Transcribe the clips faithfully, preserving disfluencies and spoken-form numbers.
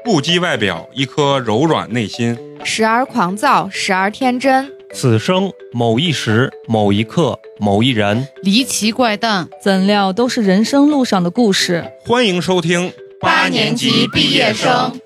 不羁外表，一颗柔软内心， 时而狂躁，时而天真。 此生某一时某一刻某一人， 离奇怪诞， 怎料都是人生路上的故事。 欢迎收听八年级毕业生。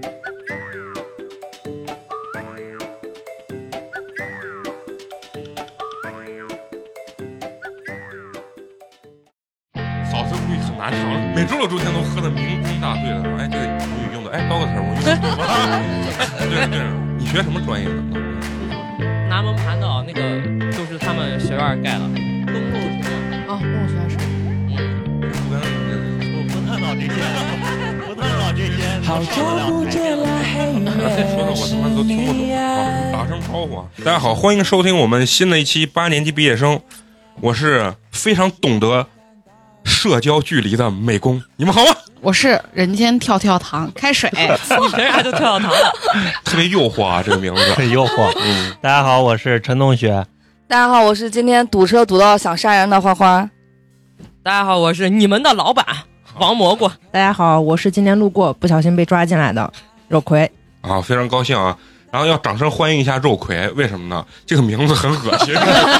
嫂子估计很难唱了，每周六周天都喝的酩酊大醉的。哎，这个英语用的，哎，高个词我用的对吗？哎，对对，你学什么专业的？ 拿门盘的啊，那个就是他们学院盖的。公路学院啊，公路学院是。 嗯，不跟我不探讨这些，不探讨这些。 好久不见了，黑人。说的我他妈都听不懂啊！打声招呼啊！大家好，欢迎收听我们新的一期八年级毕业生。我是非常懂得社交距离的美工，你们好吗？ 我是人间跳跳糖开水， 你凭啥就跳跳糖了？ 特别诱惑啊，这个名字很诱惑。嗯，大家好，我是陈同学。 大家好，我是今天堵车堵到想杀人的花花。 大家好，我是你们的老板王蘑菇。 大家好，我是今天路过不小心被抓进来的肉葵。 啊，非常高兴啊！然后要掌声欢迎一下肉葵，为什么呢？这个名字很恶心。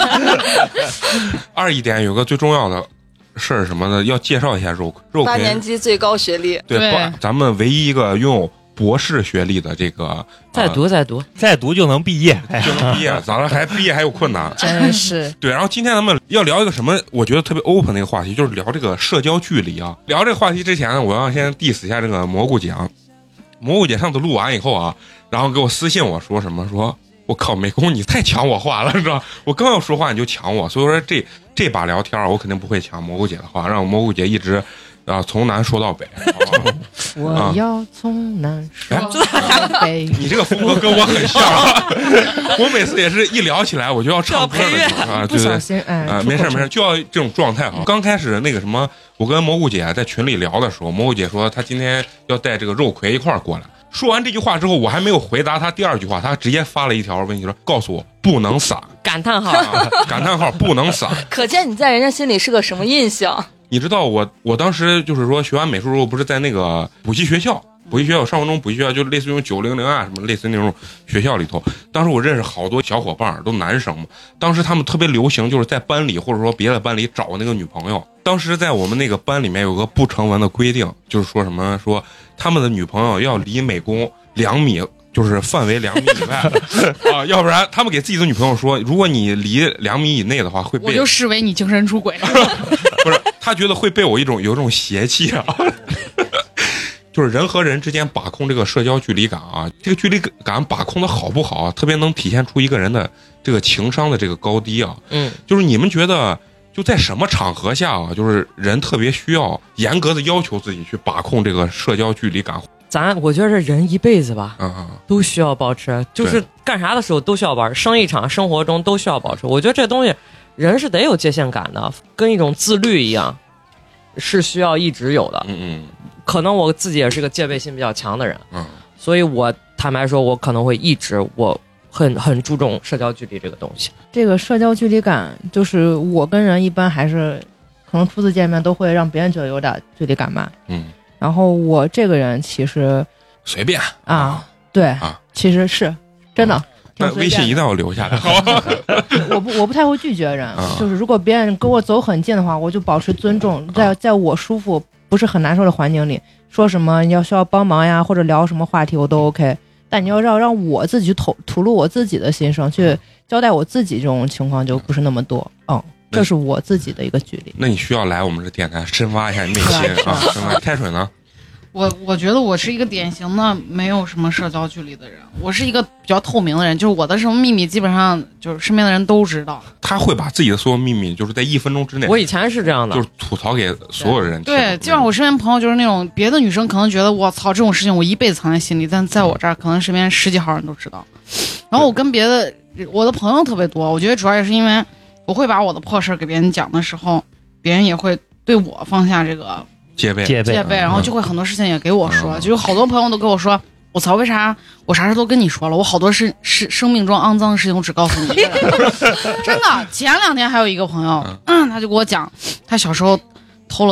二一点有个最重要的事儿什么的，要介绍一下肉葵。肉葵八年级最高学历， 对，对咱们唯一一个拥有博士学历的这个， 再读再读再读就能毕业， 就能毕业，咱们还毕业还有困难， 真是。 对，然后今天咱们要聊一个什么？我觉得特别 open 的一个话题，就是聊这个社交距离啊。聊这个话题之前呢，我要先 diss 一下这个蘑菇姐啊。蘑菇姐上次录完以后啊，然后给我私信我说什么说。我靠，美工你太抢我话了，你知道？我刚要说话你就抢我，所以说这这把聊天我肯定不会抢蘑菇姐的话，让蘑菇姐一直啊从南说到北。 我要从南说到北。 你这个风格跟我很像啊！我每次也是一聊起来我就要唱歌的啊， 不小心哎啊，没事没事，就要这种状态啊。刚开始那个什么，我跟蘑菇姐在群里聊的时候，蘑菇姐说她今天要带这个肉葵一块儿过来。说完这句话之后，我还没有回答他第二句话，他直接发了一条问题说：“告诉我不能撒感叹号、 啊，感叹号不能撒。” 可见你在人家心里是个什么印象？ 你知道我我当时就是说学完美术之后，不是在那个补习学校，补习学校上高中补习学校，就类似于九零零啊什么类似于那种学校里头。当时我认识好多小伙伴都男生嘛，当时他们特别流行就是在班里或者说别的班里找那个女朋友。当时在我们那个班里面有个不成文的规定，就是说什么说他们的女朋友要离美工两米，就是范围两米以外啊，要不然他们给自己的女朋友说，如果你离两米以内的话，会被我就视为你精神出轨了。 不是，他觉得会被我一种有一种邪气啊。就是人和人之间把控这个社交距离感啊，这个距离感把控的好不好啊，特别能体现出一个人的这个情商的这个高低啊。 嗯， 就是你们觉得就在什么场合下啊，就是人特别需要严格的要求自己去把控这个社交距离感？ 咱我觉得这人一辈子吧， 嗯嗯， 都需要保持，就是干啥的时候都需要保持，生一场生活中都需要保持。我觉得这东西人是得有界限感的，跟一种自律一样，是需要一直有的。 嗯嗯， 可能我自己也是个戒备心比较强的人， 嗯， 所以我坦白说，我可能会一直我很很注重社交距离这个东西。 这个社交距离感，就是我跟人一般还是可能初次见面都会让别人觉得有点距离感吧。 嗯。 然后我这个人其实随便啊，啊对啊，其实是真的。啊、 那微信一定要留下来，好吧？ 我不我不太会拒绝人，啊、就是如果别人跟我走很近的话，我就保持尊重，在在我舒服不是很难受的环境里，说什么你要需要帮忙呀，或者聊什么话题我都 OK。但你要让让我自己去吐吐露我自己的心声，去交代我自己，这种情况就不是那么多。嗯。这是我自己的一个距离。 那你需要来我们这电台深挖一下你内心啊！深挖。开水呢？ 我我觉得我是一个典型的没有什么社交距离的人，我是一个比较透明的人，就是我的什么秘密基本上就是身边的人都知道。 他会把自己的所有秘密就是在一分钟之内， 我以前是这样的， 就是吐槽给所有人。 对，基本上我身边朋友就是那种别的女生可能觉得我操这种事情我一辈子藏在心里，但在我这儿可能身边十几号人都知道。然后我跟别的我的朋友特别多，我觉得主要也是因为我会把我的破事给别人讲的时候，别人也会对我放下这个戒备戒备戒备，然后就会很多事情也给我说，嗯、就有好多朋友都跟我说，我操，为啥我啥事都跟你说了？我好多是是生命中肮脏的事情，我只告诉你。真的，前两天还有一个朋友，嗯，他就给我讲，他小时候偷了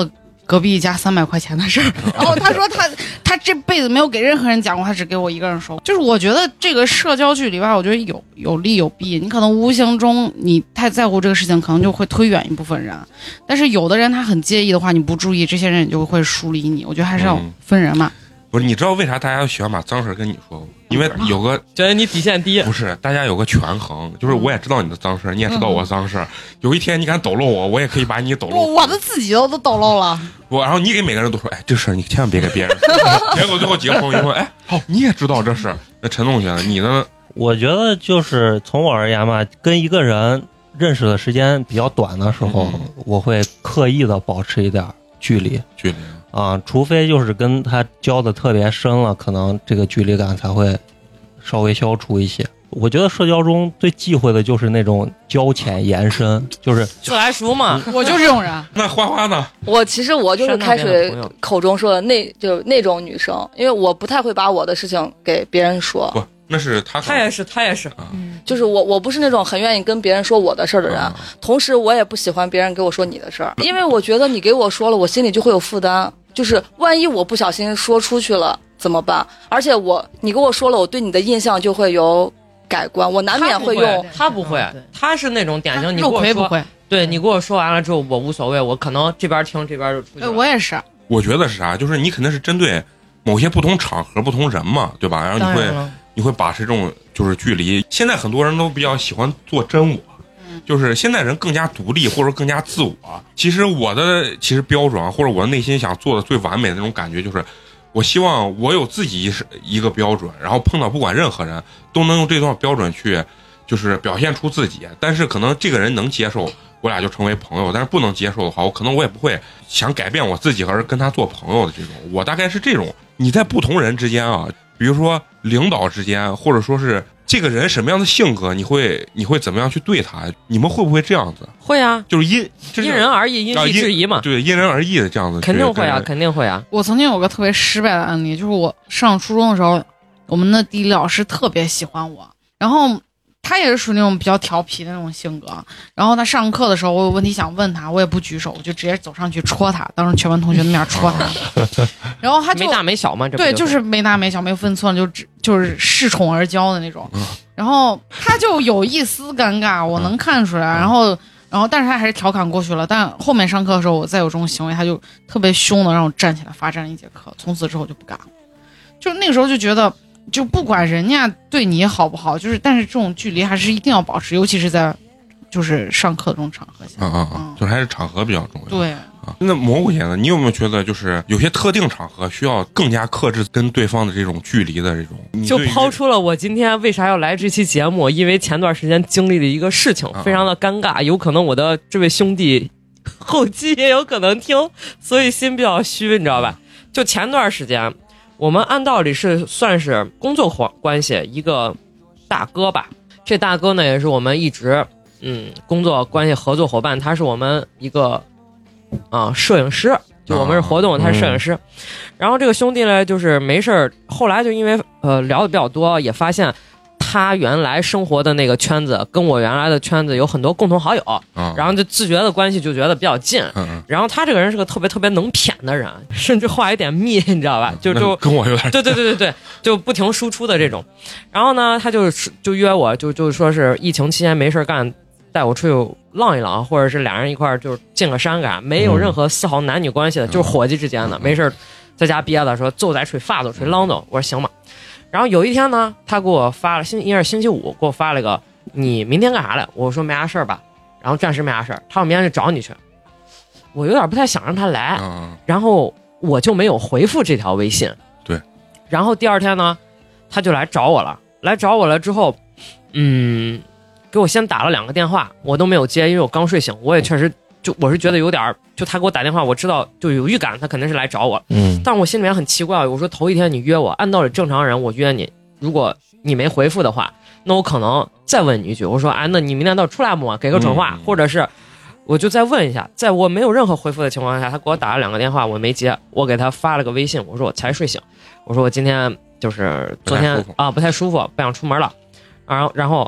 隔壁一家三百块钱的事儿，然后他说他他这辈子没有给任何人讲过，他只给我一个人说。就是我觉得这个社交距离吧，我觉得有有利有弊。你可能无形中你太在乎这个事情，可能就会推远一部分人。但是有的人他很介意的话，你不注意，这些人也就会疏离你。我觉得还是要分人嘛。嗯、 不是，你知道为啥大家喜欢把脏事跟你说吗？因为有个觉得你底线低。 不是，大家有个权衡，就是我也知道你的脏事，你也知道我脏事。有一天你敢抖露我，我也可以把你抖露。 我我的自己都都抖露了。 我然后你给每个人都说，哎，这事你千万别给别人说。结果最后几个朋友说，哎，好，你也知道这事。那陈同学呢？你呢？ 我觉得就是从我而言嘛，跟一个人认识的时间比较短的时候，嗯、我会刻意的保持一点距离。 距离。 啊，除非就是跟他交的特别深了，可能这个距离感才会稍微消除一些。我觉得社交中最忌讳的就是那种交浅言深，就是自来熟嘛。 我就是这种人。 那花花呢？ 我其实我就是开水口中说的那就那种女生，因为我不太会把我的事情给别人说。 不，那是他。 他也是，他也是。 嗯、就是我，我不是那种很愿意跟别人说我的事儿的人、啊，同时我也不喜欢别人给我说你的事儿，因为我觉得你给我说了，我心里就会有负担。就是万一我不小心说出去了怎么办？而且我你跟我说了，我对你的印象就会有改观，我难免会用。 他不会，他是那种典型。你跟我说， 不会。 对你跟我说完了之后，我无所谓，我可能这边听这边就出去了。 我也是。 我觉得是啥？就是你肯定是针对某些不同场合、不同人嘛，对吧？然后你会你会把持这种就是距离。现在很多人都比较喜欢做真我。就是现在人更加独立，或者更加自我。其实我的其实标准，或者我的内心想做的最完美的那种感觉，就是我希望我有自己一个标准，然后碰到不管任何人都能用这段标准去，就是表现出自己。但是可能这个人能接受，我俩就成为朋友；但是不能接受的话，我可能我也不会想改变我自己，而跟他做朋友的这种。我大概是这种。你在不同人之间啊，比如说领导之间，或者说是。这个人什么样的性格，你会你会怎么样去对他？你们会不会这样子？ 会啊， 就是因因人而异，因地制宜嘛。 对，因人而异的这样子。 肯定会啊，肯定会啊。 我曾经有个特别失败的案例，就是我上初中的时候，我们的地理老师特别喜欢我，然后他也是属于那种比较调皮的那种性格。然后他上课的时候，我有问题想问他，我也不举手，我就直接走上去戳他，当着全班同学的面戳他。然后他就没大没小嘛，这对，就是没大没小，没分寸，就只就是恃宠而骄的那种。然后他就有一丝尴尬，我能看出来。然后，然后但是他还是调侃过去了。但后面上课的时候，我再有这种行为，他就特别凶的让我站起来罚站一节课。从此之后就不干了。就那个时候就觉得。就不管人家对你好不好，就是但是这种距离还是一定要保持，尤其是在就是上课这种场合下。 啊啊啊！就是还是场合比较重要。 对啊，那蘑菇姐呢？你有没有觉得就是有些特定场合需要更加克制跟对方的这种距离的这种？ 就抛出了我今天为啥要来这期节目，因为前段时间经历了一个事情，非常的尴尬，有可能我的这位兄弟后期也有可能听，所以心比较虚，你知道吧？就前段时间。我们按道理是算是工作关系一个大哥吧，这大哥呢也是我们一直嗯工作关系合作伙伴，他是我们一个啊摄影师，就我们是活动，他是摄影师。然后这个兄弟呢就是没事儿，后来就因为呃聊的比较多，也发现他原来生活的那个圈子跟我原来的圈子有很多共同好友， 嗯、 然后就自觉的关系就觉得比较近。 嗯、 然后他这个人是个特别特别能谝的人，甚至话有点密，你知道吧？就就跟我有点对对对对对，就不停输出的这种。然后呢，他就就约我，就就说是疫情期间没事干，带我出去浪一浪，或者是俩人一块儿就是进个山干，没有任何丝毫男女关系的，嗯、就是伙计之间的，嗯、没事在家憋的说走在吹发走吹浪走，我说行吧。然后有一天呢，他给我发了星，应该是星期五，给我发了个你明天干啥来？我说没啥事儿吧，然后暂时没啥事儿。他说明天就找你去，我有点不太想让他来， 嗯、 然后我就没有回复这条微信。 对， 然后第二天呢，他就来找我了，来找我了之后，嗯，给我先打了两个电话，我都没有接，因为我刚睡醒，我也确实就我是觉得有点，就他给我打电话，我知道就有预感，他肯定是来找我， 嗯， 但我心里面很奇怪，我说头一天你约我，按道理正常人我约你，如果你没回复的话，那我可能再问你一句，我说哎，那你明天到出来不？给个准话，嗯、或者是我就再问一下，在我没有任何回复的情况下，他给我打了两个电话，我没接，我给他发了个微信，我说我才睡醒，我说我今天就是昨天啊不太舒服，不想出门了，然后然后。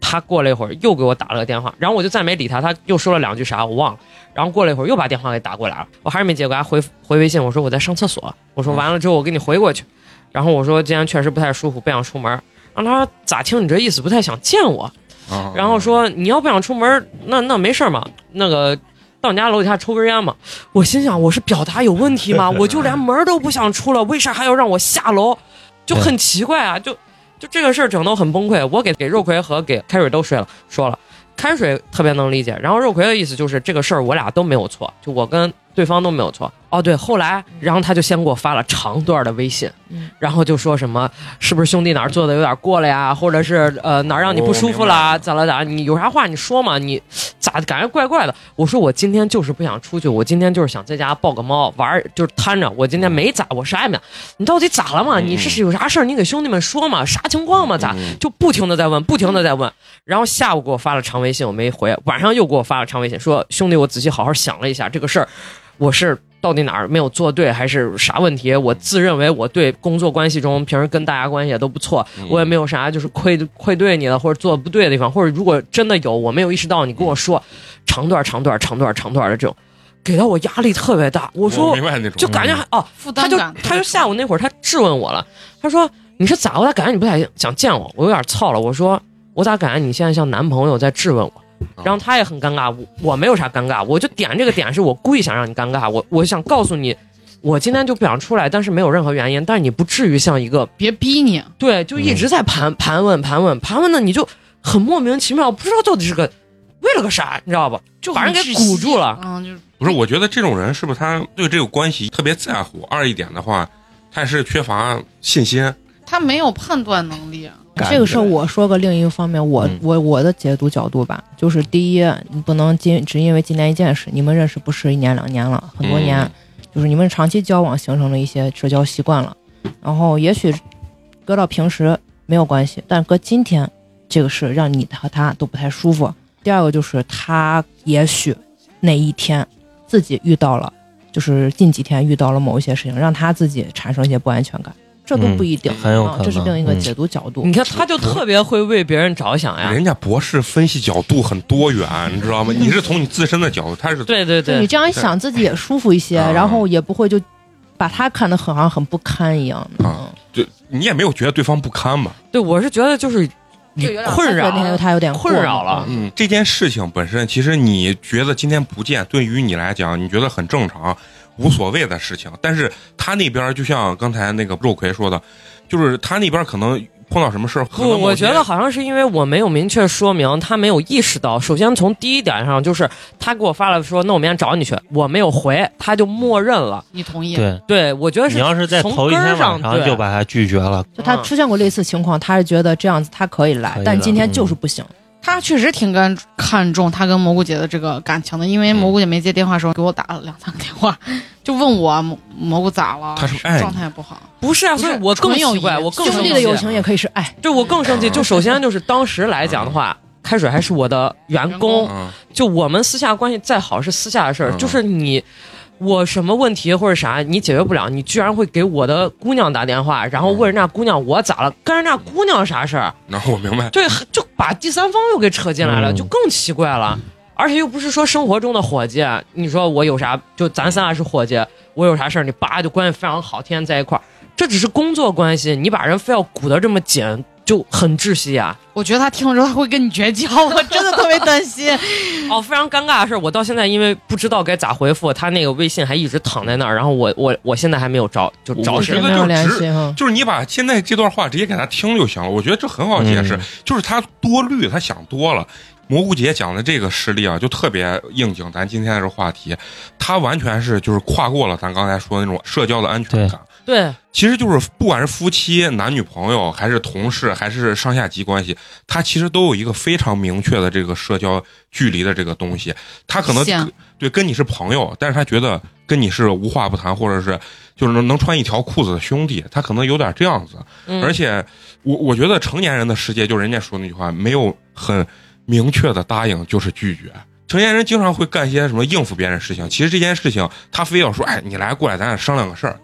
他过了一会儿又给我打了个电话，然后我就再没理他，他又说了两句啥我忘了，然后过了一会儿又把电话给打过来了，我还是没接，给他回回微信，我说我在上厕所，我说完了之后我给你回过去，然后我说今天确实不太舒服，不想出门。然后他说咋听你这意思不太想见我，然后说你要不想出门，那那没事嘛，那个到你家楼底下抽根烟嘛。我心想我是表达有问题吗？我就连门都不想出了，为啥还要让我下楼？就很奇怪啊，就就这个事儿整得很崩溃。我给给肉葵和给开水都说了说了，开水特别能理解，然后肉葵的意思就是这个事儿我俩都没有错，就我跟对方都没有错。哦对，后来然后他就先给我发了长段的微信，然后就说什么是不是兄弟哪儿做的有点过了呀，或者是呃哪儿让你不舒服啦，咋了咋，你有啥话你说嘛，你咋感觉怪怪的。我说我今天就是不想出去，我今天就是想在家抱个猫玩，就是瘫着，我今天没咋，我是爱面，你到底咋了嘛？你是有啥事儿你给兄弟们说嘛，啥情况嘛？咋就不停的在问，不停的在问。然后下午给我发了长微信我没回，晚上又给我发了长微信说兄弟我仔细好好想了一下这个事儿，我是到底哪儿没有做对还是啥问题，我自认为我对工作关系中平时跟大家关系也都不错，我也没有啥就是愧愧对你的或者做的不对的地方，或者如果真的有我没有意识到你跟我说，长段长段长段长段的这种给到我压力特别大。我说我就感觉哦，他就他就下午那会儿他质问我了，他说你是咋，我咋感觉你不太想见我，我有点操了，我说我咋感觉你现在像男朋友在质问我，然后他也很尴尬，我我没有啥尴尬，我就点这个点是我故意想让你尴尬，我我想告诉你我今天就不想出来，但是没有任何原因，但是你不至于像一个别逼你， 对，就一直在盘盘问盘问盘问的，你就很莫名其妙，不知道到底是个为了个啥，你知道吧？就把人给鼓住了。 嗯，就不是，我觉得这种人是不是他对这个关系特别在乎？二一点的话，他是缺乏信心， 他没有判断能力。 这个事儿我说个另一个方面，我、嗯、我我的解读角度吧，就是第一，你不能今只因为今年一件事，你们认识不是一年两年了，很多年，嗯、就是你们长期交往形成了一些社交习惯了，然后也许搁到平时没有关系，但搁今天这个事让你和他都不太舒服。第二个就是他也许那一天自己遇到了，就是近几天遇到了某一些事情，让他自己产生一些不安全感。这都不一定， 嗯、很有可能、 啊，这是另一个解读角度。 嗯、你看，他就特别会为别人着想呀。 人家博士分析角度很多元，你知道吗？你是从你自身的角度，他是对对对， 你这样一想，自己也舒服一些，然后也不会就把他看得很好像很不堪一样。 啊，对，你也没有觉得对方不堪嘛？ 对，我是觉得就是你困扰， 他有点困扰了。 嗯，这件事情本身，其实你觉得今天不见，对于你来讲，你觉得很正常。无所谓的事情，但是他那边就像刚才那个肉葵说的，就是他那边可能碰到什么事儿， 不，我觉得好像是因为我没有明确说明，他没有意识到。首先从第一点上，就是他给我发了说，那我明天找你去，我没有回，他就默认了， 你同意？ 对对，我觉得是你要是在头一天晚上就把他拒绝了， 就他出现过类似情况，他是觉得这样子他可以来， 可以但今天就是不行。 嗯他确实挺看看重他跟蘑菇姐的这个感情的，因为蘑菇姐没接电话的时候给我打了两三个电话，就问我蘑蘑菇咋了， 他是爱状态不好。 不是啊，所以我更奇怪，我更兄弟的友情也可以是爱。 对，我更生气。就首先就是当时来讲的话，开水还是我的员工，就我们私下关系再好是私下的事儿，就是你。我什么问题或者啥你解决不了，你居然会给我的姑娘打电话，然后问人家姑娘我咋了，跟人家姑娘啥事儿？ 然后我明白， 对，就把第三方又给扯进来了， 嗯、 就更奇怪了。而且又不是说生活中的伙计，你说我有啥，就咱仨是伙计，我有啥事儿，你叭就关系非常好，天天在一块儿，这只是工作关系，你把人非要鼓得这么紧，就很窒息啊。 我觉得他听了之后他会跟你绝交，我真的特别担心。 哦，非常尴尬的事，我到现在因为不知道该咋回复他那个微信，还一直躺在那儿，然后我我我现在还没有找就找谁， 我觉得就直就是你把现在这段话直接给他听就行了，我觉得这很好解释，嗯、就是他多虑，他想多了。蘑菇姐讲的这个事例啊，就特别应景咱今天的这个话题，他完全是就是跨过了咱刚才说的那种社交的安全感。 对， 其实就是不管是夫妻、男女朋友，还是同事，还是上下级关系，他其实都有一个非常明确的这个社交距离的这个东西。他可能对跟你是朋友，但是他觉得跟你是无话不谈，或者是就是能能穿一条裤子的兄弟，他可能有点这样子。嗯、而且我我觉得成年人的世界，就人家说那句话，没有很明确的答应就是拒绝。成年人经常会干一些什么应付别人的事情，其实这件事情他非要说，哎，你来过来，咱俩商量个事儿。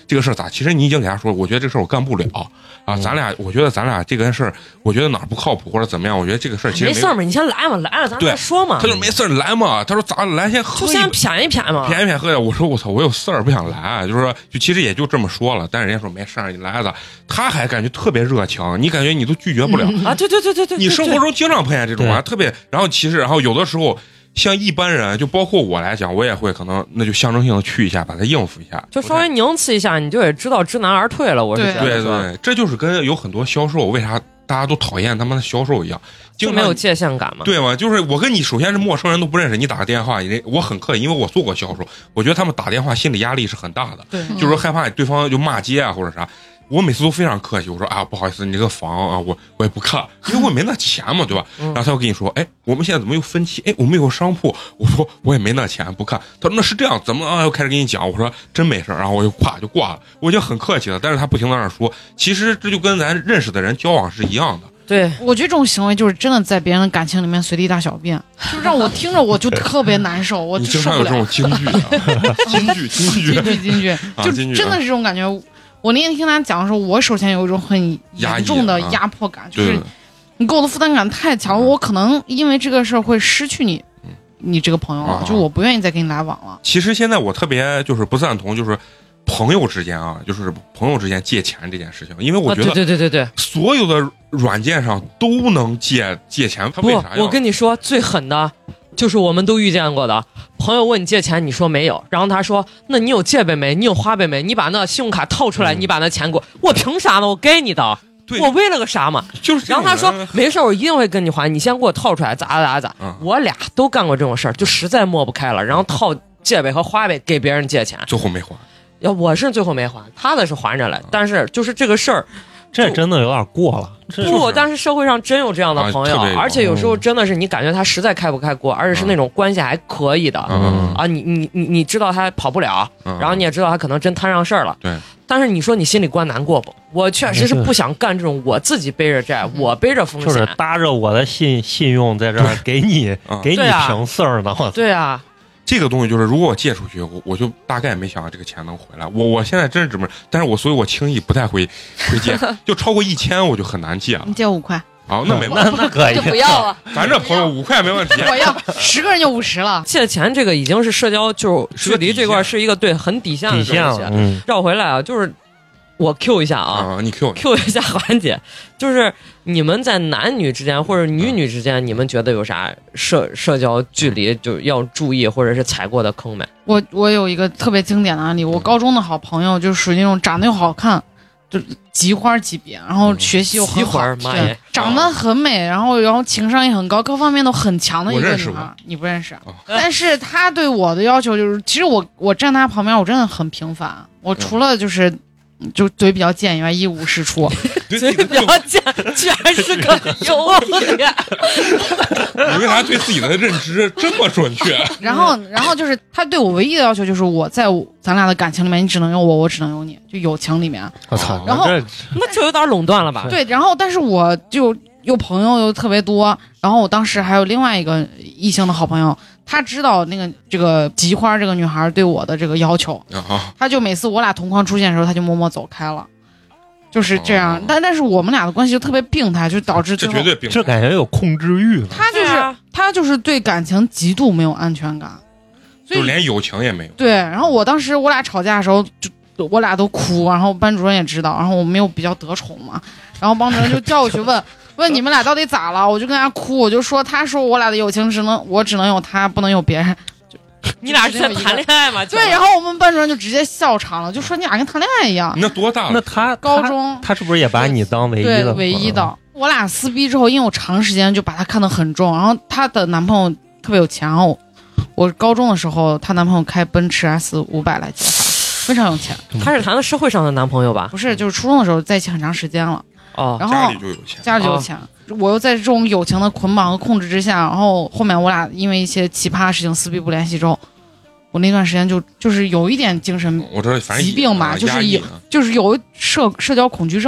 这个事儿咋？其实你已经给他说，我觉得这个事儿我干不了啊，咱俩，我觉得咱俩这个事儿，我觉得哪儿不靠谱或者怎么样，我觉得这个事儿其实没事嘛，你先来嘛，来了咱再说嘛。 他说没事儿来嘛，他说咋来先喝， 就先谝一谝嘛， 谝一谝喝的。我说我操，我有事儿不想来，就是说，就其实也就这么说了，但是人家说没事儿，你来了，他还感觉特别热情，你感觉你都拒绝不了啊，对对对对对， 你生活中经常碰见这种啊，特别，然后其实，然后有的时候。像一般人，就包括我来讲，我也会可能那就象征性的去一下，把它应付一下， 就稍微拧刺一下，你就也知道知难而退了。我是觉得， 对对，这就是跟有很多销售为啥大家都讨厌他们的销售一样， 就没有界限感嘛。 对吗？就是我跟你首先是陌生人都不认识，你打个电话，我很客气，因为我做过销售，我觉得他们打电话心理压力是很大的， 对， 就是说害怕对方就骂街啊或者啥。我每次都非常客气，我说啊不好意思，你这个房啊我我也不看，因为我没那钱嘛，对吧？ 嗯、 然后他会跟你说，哎，我们现在怎么又分期？哎，我们有商铺。我说我也没那钱，不看。他说那是这样，怎么啊？又开始跟你讲。我说真没事，然后我就咵就挂了。我已经很客气了，但是他不停在那说，其实这就跟咱认识的人交往是一样的。 对， 我觉得这种行为就是真的在别人的感情里面随地大小便，就让我听着我就特别难受，我就受不了。 你经常有这种京剧、啊，京剧，京剧， 京剧，京剧，就真的是这种感觉。我那天听他讲的时候，我首先有一种很严重的压迫感，就是你给我的负担感太强了，我可能因为这个事儿会失去你，你这个朋友了，就我不愿意再跟你来往了。 其实现在我特别就是不赞同，就是朋友之间啊，就是朋友之间借钱这件事情，因为我觉得对对对对对， 所有的软件上都能借借钱，他为啥要？我跟你说，最狠的就是我们都遇见过的。朋友问你借钱，你说没有，然后他说：“那你有借呗没？你有花呗没？你把那信用卡套出来，嗯、你把那钱给我，我凭啥呢？我给你的，我为了个啥嘛？” 就是。 然后他说：“没事，我一定会跟你还，你先给我套出来，咋咋咋。嗯”我俩都干过这种事儿，就实在抹不开了，然后套借呗和花呗给别人借钱， 最后没还。 要我是最后没还，他的是还着来，但是就是这个事儿。 这真的有点过了， 不，但是社会上真有这样的朋友， 啊、 而且有时候真的是你感觉他实在开不开锅，而且是那种关系还可以的、 嗯、 啊，你你你你知道他跑不了、 嗯， 然后你也知道他可能真摊上事儿了， 对。 但是你说你心里关难过不？我确实是不想干这种我自己背着债，我背着风险， 就是搭着我的信信用在这儿给你、嗯、给你平事儿呢。 对啊。 这个东西就是，如果我借出去，我我就大概没想到这个钱能回来。我我现在真是这么，但是我所以，我轻易不太会会借，就超过一千我就很难借了。 你借五块， 好，那没问题，那可以， 就不要啊。 咱这朋友五块没问题， 我要十个人就五十了。 借钱这个已经是社交就是距离这块是一个对很底线的东西。 嗯， 绕回来啊，就是我 Q 一下啊， 啊你 Q Q 一下环节，就是你们在男女之间或者女女之间，你们觉得有啥社社交距离就要注意或者是踩过的坑没？ 我我有一个特别经典的案例，我高中的好朋友就属于那种长得又好看，就菊花级别，然后学习又很好，对，长得很美，然后然后情商也很高，各方面都很强的一个女孩。你不认识、哦？但是她对我的要求就是，其实我我站她旁边，我真的很平凡，我除了就是。就嘴比较贱以外，一无是处。 嘴比较贱，居然是个优点。 你为啥对自己的认知这么准确？ 然后，然后就是他对我唯一的要求就是，我在咱俩的感情里面，你只能有我，我只能有你，就友情里面。 我操！ 然后那就有点垄断了吧？ 对，然后但是我就有朋友又特别多，然后我当时还有另外一个异性的好朋友。他知道那个这个菊花这个女孩对我的这个要求， 啊、 他就每次我俩同框出现的时候，他就默默走开了，就是这样。哦、但但是我们俩的关系就特别病态，就导致最后这绝对病态， 这感觉有控制欲。 他就是、啊、他就是对感情极度没有安全感，所以就连友情也没有。 对，然后我当时我俩吵架的时候，就我俩都哭，然后班主任也知道，然后我没有比较得宠嘛，然后班主任就叫我去问。问你们俩到底咋了？我就跟他哭，我就说，他说我俩的友情只能我只能有他，不能有别人。 你俩是在谈恋爱吗？ 对，然后我们班主任就直接笑场了，就说你俩跟谈恋爱一样。 那多大了？ 那他高中他，他是不是也把你当唯一的？ 对，唯一的。我俩撕逼之后，因为我长时间就把他看得很重，然后她的男朋友特别有钱，然后我高中的时候，她男朋友开奔驰 S 五百来接她，非常有钱。 他是谈的社会上的男朋友吧？ 不是，就是初中的时候在一起很长时间了。 哦， 然后家里就有钱， 家里就有钱。哦、我又在这种友情的捆绑和控制之下，然后后面我俩因为一些奇葩的事情撕逼不联系之后，我那段时间就就是有一点精神我知道，反正疾病吧，就是有就是有社社交恐惧症，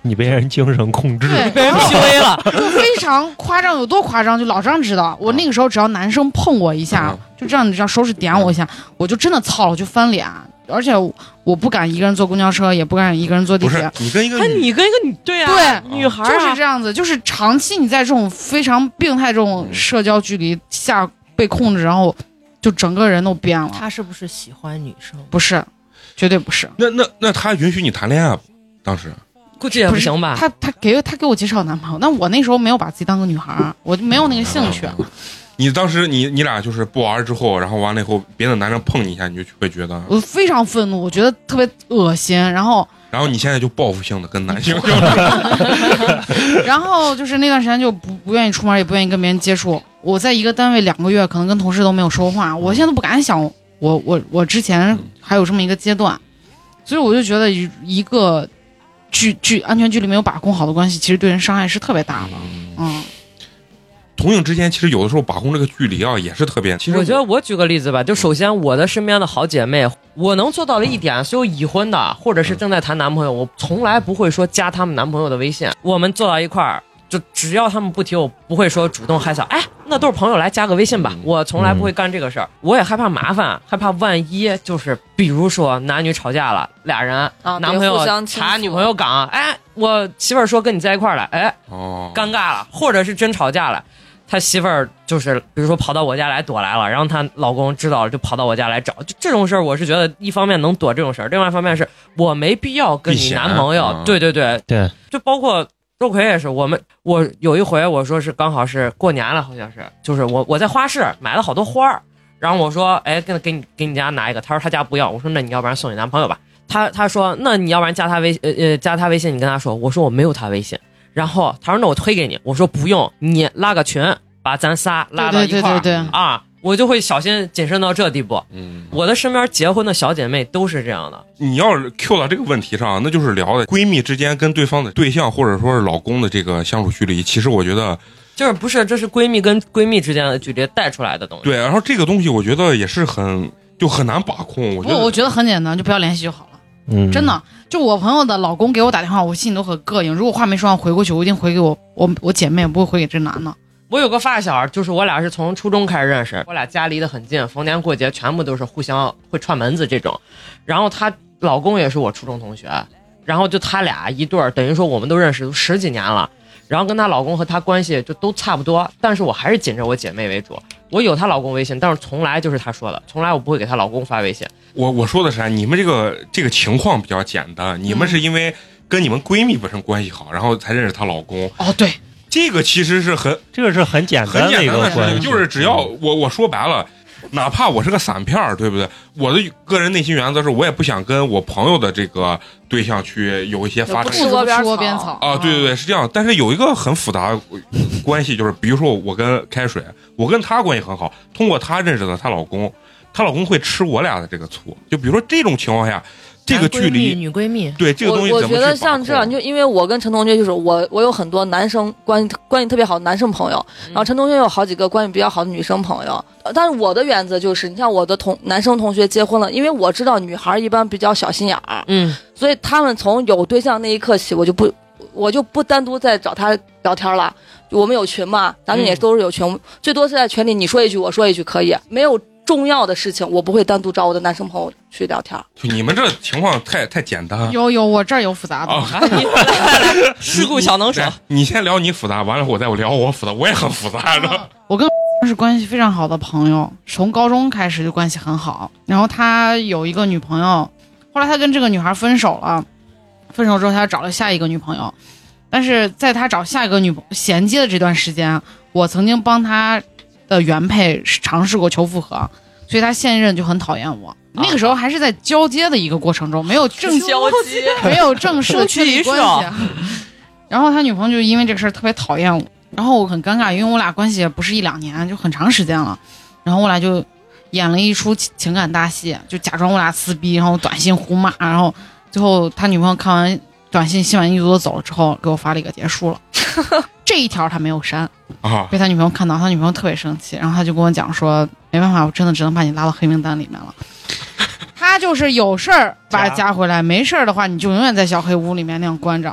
你被人精神控制， 对， 被人 P U A 了， 就非常夸张，有多夸张？就老张知道，我那个时候只要男生碰我一下， 嗯、 就这样，你知道手指点我一下，我就真的操了，我就翻脸。而且我不敢一个人坐公交车，也不敢一个人坐地铁。 你跟一个哎，你跟一个女对啊， 对女孩、啊、 就是这样子，就是长期你在这种非常病态这种社交距离下被控制，然后就整个人都变了。 他是不是喜欢女生？ 不是，绝对不是。 那那那他允许你谈恋爱不？当时估计也不行吧？ 他他给他给我介绍男朋友，但我那时候没有把自己当个女孩，我就没有那个兴趣。 你当时你你俩就是不玩之后，然后完了以后，别的男生碰你一下，你就会觉得我非常愤怒，我觉得特别恶心。然后， 然后你现在就报复性的跟男性然后就是那段时间就不不愿意出门，也不愿意跟别人接触。我在一个单位两个月，可能跟同事都没有说话。我现在都不敢想我，我我我之前还有这么一个阶段，所以我就觉得一个距距安全距离没有把控好的关系，其实对人伤害是特别大的。嗯。 同性之间其实有的时候把控这个距离啊也是特别。其实我, 我觉得我举个例子吧，就首先我的身边的好姐妹，我能做到的一点，所有已婚的或者是正在谈男朋友，我从来不会说加他们男朋友的微信。我们坐到一块儿，就只要他们不提，我不会说主动害臊，哎，那都是朋友，来加个微信吧。我从来不会干这个事儿，我也害怕麻烦，害怕万一就是比如说男女吵架了，俩人、啊、男朋友查女朋友岗，哎，我媳妇儿说跟你在一块儿了，哎， 哦， 尴尬了，或者是真吵架了。他媳妇儿就是比如说跑到我家来躲来了，然后她老公知道了就跑到我家来找，就这种事儿我是觉得一方面能躲这种事儿，另外一方面是我没必要跟你男朋友，对对对对， 就包括周奎也是，我们我有一回我说是刚好是过年了，好像是就是我我在花市买了好多花儿，然后我说哎给给你给你家拿一个，他说他家不要，我说那你要不然送你男朋友吧，他他说那你要不然加他微呃呃加他微信，你跟他说，我说我没有他微信。然后他说那我推给你，我说不用，你拉个群把咱仨拉到一块儿， 对对对对对啊，我就会小心谨慎到这地步。 嗯， 我的身边结婚的小姐妹都是这样的。 你要是 Q 到这个问题上，那就是聊的闺蜜之间跟对方的对象或者说是老公的这个相处距离，其实我觉得就是不是，这是闺蜜跟闺蜜之间的距离带出来的东西。 对，然后这个东西我觉得也是很就很难把控。我觉得不，我觉得很简单，就不要联系就好了。 嗯， 真的，就我朋友的老公给我打电话，我心里都很膈应。如果话没说完回过去，我一定回给我我我姐妹，不会回给这男的。 我有个发小，就是我俩是从初中开始认识，我俩家离得很近，逢年过节全部都是互相会串门子这种。然后她老公也是我初中同学，然后就他俩一对儿，等于说我们都认识十几年了。然后跟她老公和她关系就都差不多，但是我还是紧着我姐妹为主。我有她老公微信，但是从来就是她说的，从来我不会给她老公发微信。 我我说的是你们这个这个情况比较简单，你们是因为跟你们闺蜜本身关系好，然后才认识她老公。 哦，对， 这个其实是很这个是很简单的一个关系， 就是只要我我说白了。哪怕我是个散片儿，对不对？我的个人内心原则是我也不想跟我朋友的这个对象去有一些发展， 不窝边窝边草啊，对对对，是这样。但是有一个很复杂关系，就是比如说我跟开水，我跟她关系很好，通过她认识的她老公，她老公会吃我俩的这个醋。就比如说这种情况下，这个距离女闺蜜， 对这个东西我， 怎么我觉得像这样，就因为我跟陈同学就是我，我有很多男生关系关系特别好的男生朋友，然后陈同学有好几个关系比较好的女生朋友。但是我的原则就是，你像我的同男生同学结婚了，因为我知道女孩一般比较小心眼儿， 嗯， 所以他们从有对象那一刻起，我就不我就不单独再找他聊天了。我们有群嘛，咱们也都是有群，嗯、最多是在群里你说一句我说一句可以，没有重要的事情，我不会单独找我的男生朋友去聊天。 就你们这情况太太简单。 有有，我这儿有复杂的。 啊、 事故小能手。 你先聊你复杂，完了我再聊我复杂，我也很复杂的。啊、 我跟是关系非常好的朋友，从高中开始就关系很好。然后他有一个女朋友，后来他跟这个女孩分手了，分手之后他找了下一个女朋友。但是在他找下一个女朋友衔接的这段时间，我曾经帮他的原配尝试过求复合，所以他现任就很讨厌我。啊、那个时候还是在交接的一个过程中，没有正交接， 没有正式的确立关系。然后他女朋友就因为这个事儿特别讨厌我，然后我很尴尬，因为我俩关系也不是一两年，就很长时间了。然后我俩就演了一出情感大戏，就假装我俩撕逼，然后短信互骂，然后最后他女朋友看完短信心满意足的走了之后，给我发了一个结束了。这一条他没有删啊，被他女朋友看到，他女朋友特别生气，然后他就跟我讲说，没办法，我真的只能把你拉到黑名单里面了。他就是有事儿把他加回来，没事儿的话你就永远在小黑屋里面那样关着。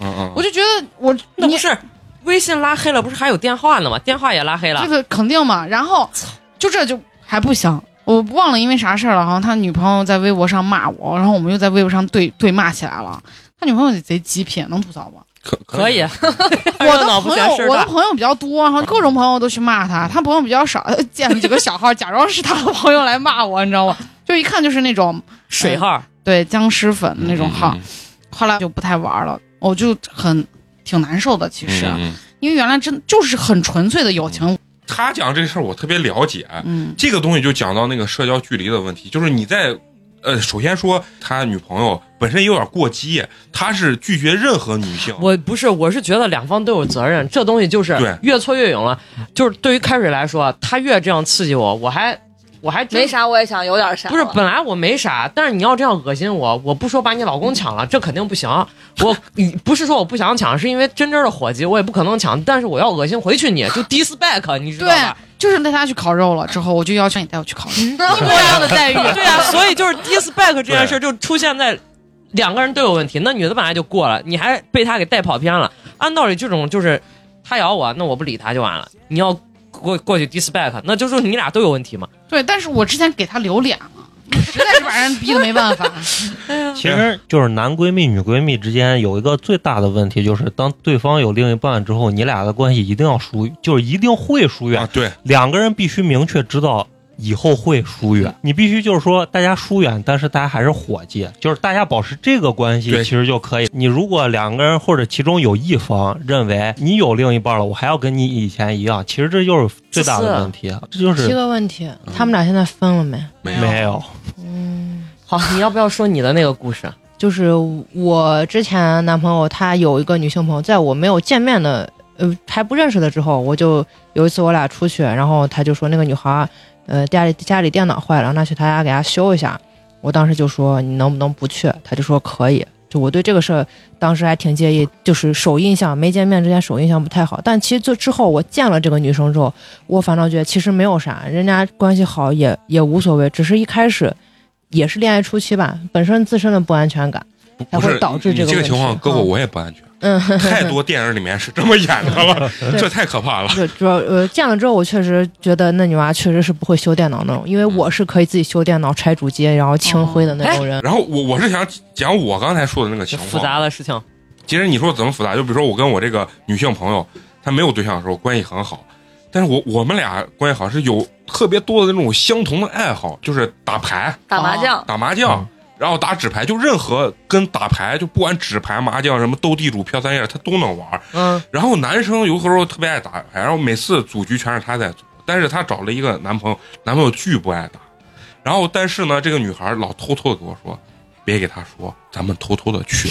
嗯嗯， 我就觉得我那不是微信拉黑了，不是还有电话呢吗？电话也拉黑了， 这个肯定嘛。然后就这就还不行，我忘了因为啥事儿了，好像他女朋友在微博上骂我，然后我们又在微博上对对骂起来了。他女朋友贼极品，能吐槽吗？ 可可以。 我的朋友，我的朋友比较多，然后各种朋友都去骂他，他朋友比较少，建了几个小号，假装是他的朋友来骂我，你知道吗？就一看就是那种水号， 呃、对僵尸粉那种号。 嗯、 后来就不太玩了，我就很挺难受的，其实， 嗯、 因为原来真就是很纯粹的友情。 他讲这个事儿我特别了解， 嗯， 这个东西就讲到那个社交距离的问题，就是你在。呃，首先说他女朋友本身有点过激，他是拒绝任何女性。 我不是，我是觉得两方都有责任，这东西就是越挫越勇了。就是对于开水来说，他越这样刺激我，我还我还没啥，我也想有点啥。 不是，本来我没啥，但是你要这样恶心我，我不说把你老公抢了，这肯定不行。我不是说我不想抢，是因为真真的伙计，我也不可能抢，但是我要恶心回去你，就 disback， 你知道吧？ 就是带他去烤肉了之后，我就要求你带我去烤肉， 一模一样的待遇。对啊，所以就是 disback 这件事就出现在两个人都有问题。那女的本来就过了，你还被他给带跑偏了。按道理这种就是他咬我，那我不理他就完了。你要过过去 disback， 那就是你俩都有问题嘛。 对，但是我之前给他留脸了。实在是把人逼得没办法。 其实就是男闺蜜、女闺蜜之间有一个最大的问题，就是当对方有另一半之后，你俩的关系一定要疏，就是一定会疏远。 啊、对， 两个人必须明确知道以后会疏远。你必须就是说，大家疏远，但是大家还是伙计，就是大家保持这个关系，其实就可以。你如果两个人或者其中有一方认为你有另一半了，我还要跟你以前一样，其实这就是最大的问题。这就是提个问题，他们俩现在分了没？ 没有。没有。 嗯， 好，你要不要说你的那个故事？ 就是我之前男朋友他有一个女性朋友，在我没有见面的呃还不认识的之后，我就有一次我俩出去，然后他就说那个女孩呃家里家里电脑坏了，那去他家给他修一下。我当时就说你能不能不去？他就说可以。就我对这个事儿当时还挺介意，就是首印象没见面之前首印象不太好，但其实这之后我见了这个女生之后，我反倒觉得其实没有啥，人家关系好也也无所谓，只是一开始也是恋爱初期吧，本身自身的不安全感才会导致这个问题。 你这个情况，哥哥我也不安全。 嗯， 太多电影里面是这么演的了，这太可怕了。 主要呃见了之后，我确实觉得那女娃确实是不会修电脑那种，因为我是可以自己修电脑、拆主机，然后清灰的那种人。 哦、然后我我是想讲我刚才说的那个情况， 复杂的事情。 其实你说怎么复杂？就比如说我跟我这个女性朋友，她没有对象的时候关系很好，但是我我们俩关系好是有特别多的那种相同的爱好，就是打牌、 打麻将、 打麻将。嗯，然后打纸牌，就任何跟打牌，就不管纸牌、麻将什么斗地主、飘三叶，他都能玩。 嗯， 然后男生有的时候特别爱打牌，然后每次组局全是他在组，但是他找了一个男朋友，男朋友巨不爱打。然后但是呢，这个女孩老偷偷的跟我说，别给他说，咱们偷偷的去。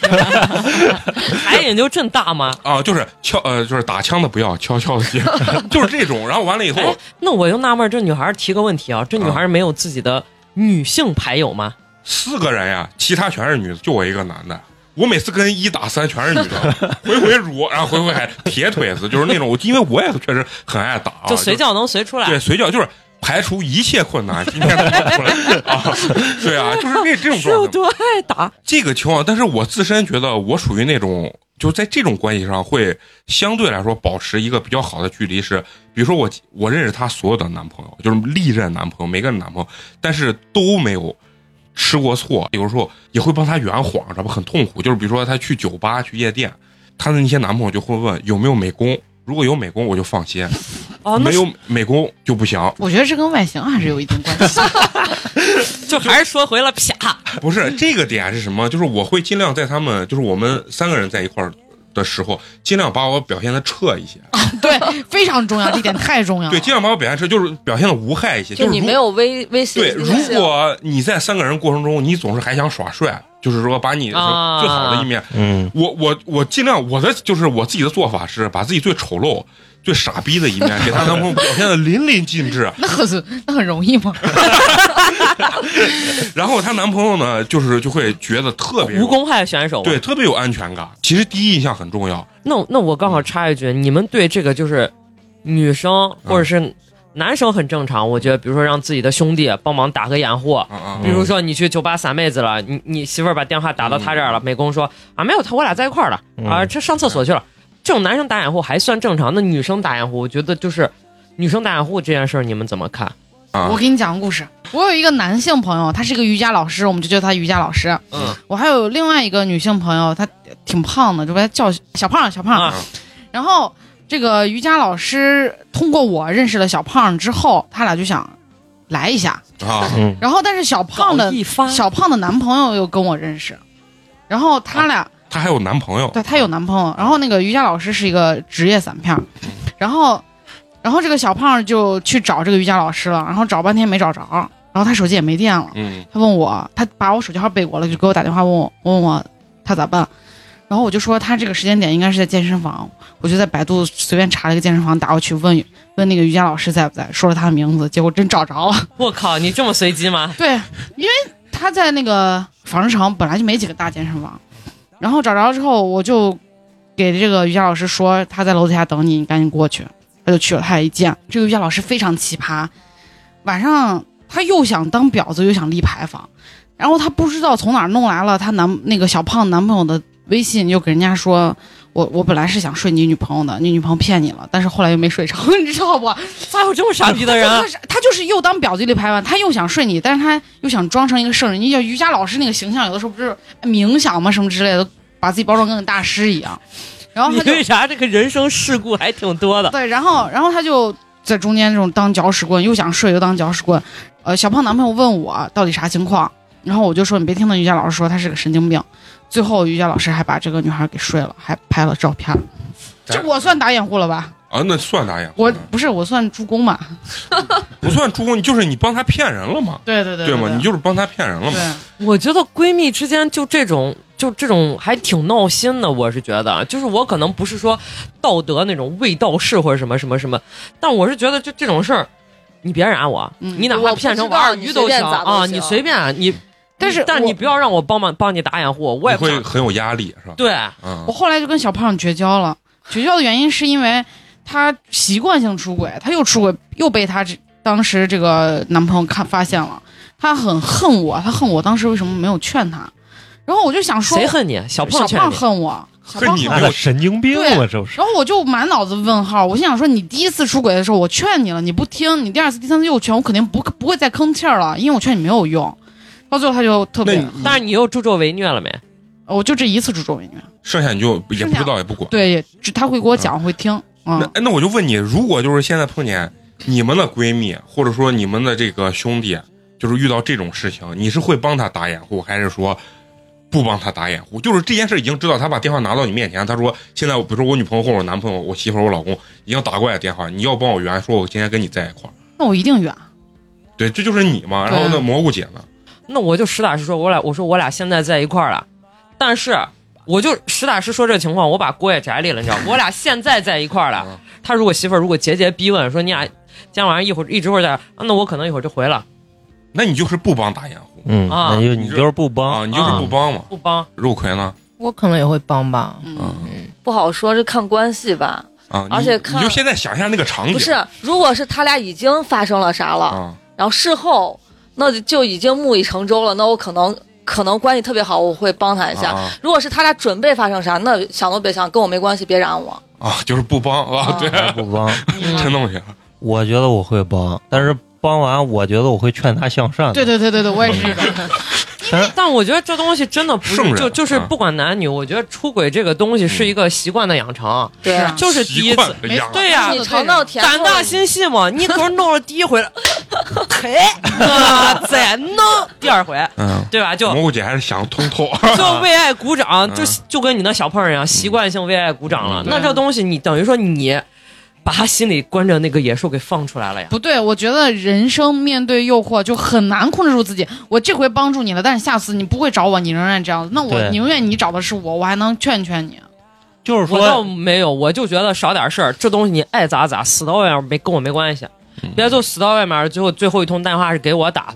牌瘾就真大吗？ 啊，就是悄呃，就是打枪的不要，悄悄的进，就是这种。然后完了以后， 哎、那我就纳闷，这女孩提个问题啊，这女孩没有自己的女性牌友吗？ 四个人呀，其他全是女的，就我一个男的。我每次跟一打三全是女的，回回辱，然后回回还铁腿子，就是那种，因为我也确实很爱打、啊， 就随叫能随出来。 对，随叫就是排除一切困难，今天能出来啊！对啊，就是那这种状态。 有多爱打这个情况，但是我自身觉得我属于那种，就在这种关系上会相对来说保持一个比较好的距离是，比如说我我认识他所有的男朋友，就是历任男朋友，每个人男朋友，但是都没有吃过错，有时候也会帮他圆谎，知道吧？很痛苦。就是比如说他去酒吧、去夜店，他的那些男朋友就会问有没有美工，如果有美工我就放心， 哦， 没有美工就不行。 我觉得这跟外形还是有一定关系， 就还是说回了啪。 不是这个点是什么？就是我会尽量在他们，就是我们三个人在一块儿的时候，尽量把我表现的彻一些。 对，非常重要，这点太重要了。 对，尽量把我表现彻，就是表现的无害一些。 就你没有威威胁。 对，如果你在三个人过程中，你总是还想耍帅，就是说把你最好的一面， 嗯， 我我我尽量我的就是我自己的做法是把自己最丑陋、最傻逼的一面给她男朋友表现的淋漓尽致。 那很那很容易吗？ 然后她男朋友呢，就是就会觉得特别无公害选手， 对，特别有安全感。其实第一印象很重要。 那那我刚好插一句，你们对这个就是女生或者是男生很正常，我觉得，比如说让自己的兄弟帮忙打个掩护， 啊啊比如说你去酒吧散妹子了，你你媳妇儿把电话打到他这儿了，美工说啊没有他我俩在一块儿了啊，这上厕所去了，这种男生打掩护还算正常，那女生打掩护，我觉得就是女生打掩护这件事儿，你们怎么看？ 啊我给你讲个故事。我有一个男性朋友，他是一个瑜伽老师，我们就叫他瑜伽老师。 嗯， 我还有另外一个女性朋友，她挺胖的，就把她叫小胖小胖。 啊然后这个瑜伽老师通过我认识了小胖之后，他俩就想来一下。 啊， 嗯， 然后但是小胖的搞一发小胖的男朋友又跟我认识，然后他俩、 她还有男朋友， 对她有男朋友，然后那个瑜伽老师是一个职业散片儿，然后然后这个小胖就去找这个瑜伽老师了，然后找半天没找着，然后他手机也没电了， 嗯他问我，他把我手机号背过了，就给我打电话问我问我他咋办，然后我就说他这个时间点应该是在健身房，我就在百度随便查了一个健身房，打过去问问那个瑜伽老师在不在，说了他的名字，结果真找着了。 我靠，你这么随机吗？ 对，因为他在那个纺织城本来就没几个大健身房，然后找着之后，我就给这个瑜伽老师说他在楼底下等你，你赶紧过去。他就去了，他也一见这个瑜伽老师非常奇葩，晚上他又想当婊子又想立牌坊，然后他不知道从哪儿弄来了他男那个小胖男朋友的微信，又给人家说我我本来是想睡你女朋友的，你女朋友骗你了，但是后来又没睡成，你知道不？ 咋有这么傻逼的人？ 他就是他就是又当婊子立牌坊，他又想睡你，但是他又想装成一个圣人。你叫瑜伽老师那个形象，有的时候不是冥想吗？什么之类的，把自己包装跟个大师一样。然后你他就为啥这个人生事故还挺多的？ 对，然后然后他就在中间这种当搅屎棍，又想睡又当搅屎棍。呃，小胖男朋友问我到底啥情况，然后我就说你别听那瑜伽老师说他是个神经病。最后瑜伽老师还把这个女孩给睡了，还拍了照片。这我算打掩护了吧？ 啊，那算打掩护， 我不是我算助攻嘛？ 不算助攻，你就是你帮他骗人了嘛？ 对对对对吗？你就是帮他骗人了嘛？ 对。 我觉得闺蜜之间就这种就这种还挺闹心的，我是觉得，就是我可能不是说道德那种卫道士或者什么什么什么，但我是觉得就这种事儿，你别染我， 嗯你哪怕骗成王二鱼都行啊，你随便你， 但是但你不要让我帮忙帮你打掩护，我也不想你会很有压力，是吧？ 对， 嗯我，后来就跟小胖绝交了，绝交的原因是因为他习惯性出轨，他又出轨，又被他这当时这个男朋友看发现了，他很恨我，他恨我当时为什么没有劝他，然后我就想说， 谁恨你？小胖小劝你。 胖恨我，小胖恨你那个神经病了，这不是？ 然后我就满脑子问号，我心想说，你第一次出轨的时候我劝你了，你不听，你第二次、第三次又劝，我肯定不不会再吭气儿了，因为我劝你没有用。到最后他就特别， 那你但是你又助纣为虐了没？ 我就这一次助纣为虐， 剩下你就也不知道也不管。 对，也只他会给我讲，会听。 那嗯， 哎那我就问你，如果就是现在碰见你们的闺蜜，或者说你们的这个兄弟，就是遇到这种事情，你是会帮他打掩护，还是说不帮他打掩护？就是这件事已经知道，他把电话拿到你面前，他说现在比如说我女朋友或者我男朋友、我媳妇儿、我老公已经打过来电话，你要帮我圆，说我今天跟你在一块儿。 那我一定远。 对，这就是你嘛。然后那蘑菇姐呢？ 那我就实打实说，我俩我说我俩现在在一块儿了，但是我就实打实说这个情况，我把锅也摘里了，你知道吗？我俩现在在一块儿了。他如果媳妇儿如果节节逼问说你俩今天晚上一会儿一直会儿在，啊那我可能一会儿就回了。 那你就是不帮打掩护嗯， 啊那就你就是不帮啊，你就是不帮嘛。 不帮。 肉葵呢？ 我可能也会帮吧。 嗯， 不好说，这看关系吧。 啊，你而且看你就现在想一下那个场景， 不是，如果是他俩已经发生了啥了， 啊， 然后事后那就已经木已成舟了，那我可能可能关系特别好，我会帮他一下。 啊如果是他俩准备发生啥，那想都别想，跟我没关系，别染我。 啊，就是不帮啊，对， 不帮。 陈同学， 我觉得我会帮，但是帮完，我觉得我会劝他向善的。 对对对对对，我也是这个。 但是但我觉得这东西真的不圣人是就就是啊不管男女，我觉得出轨这个东西是一个习惯的养成， 对啊就是第一习惯次。 的样子对呀、 你尝到甜头胆大心细嘛，你可是弄了第一回了，嘿，啊，再弄第二回， 嗯， 对吧？就蘑菇姐还是想通透， 就为爱鼓掌，就嗯就跟你那小胖一样，习惯性为爱鼓掌了。 嗯那这东西你等于说你把他心里关着那个野兽给放出来了呀。 不对，我觉得人生面对诱惑就很难控制住自己。我这回帮助你了，但是下次你不会找我，你仍然这样子，那我对宁愿你找的是我，我还能劝劝你。 就是我倒说， 没有，我就觉得少点事儿，这东西你爱咋咋，死到外面没跟我没关系，别就死到外面，最后最后一通电话是给我打的，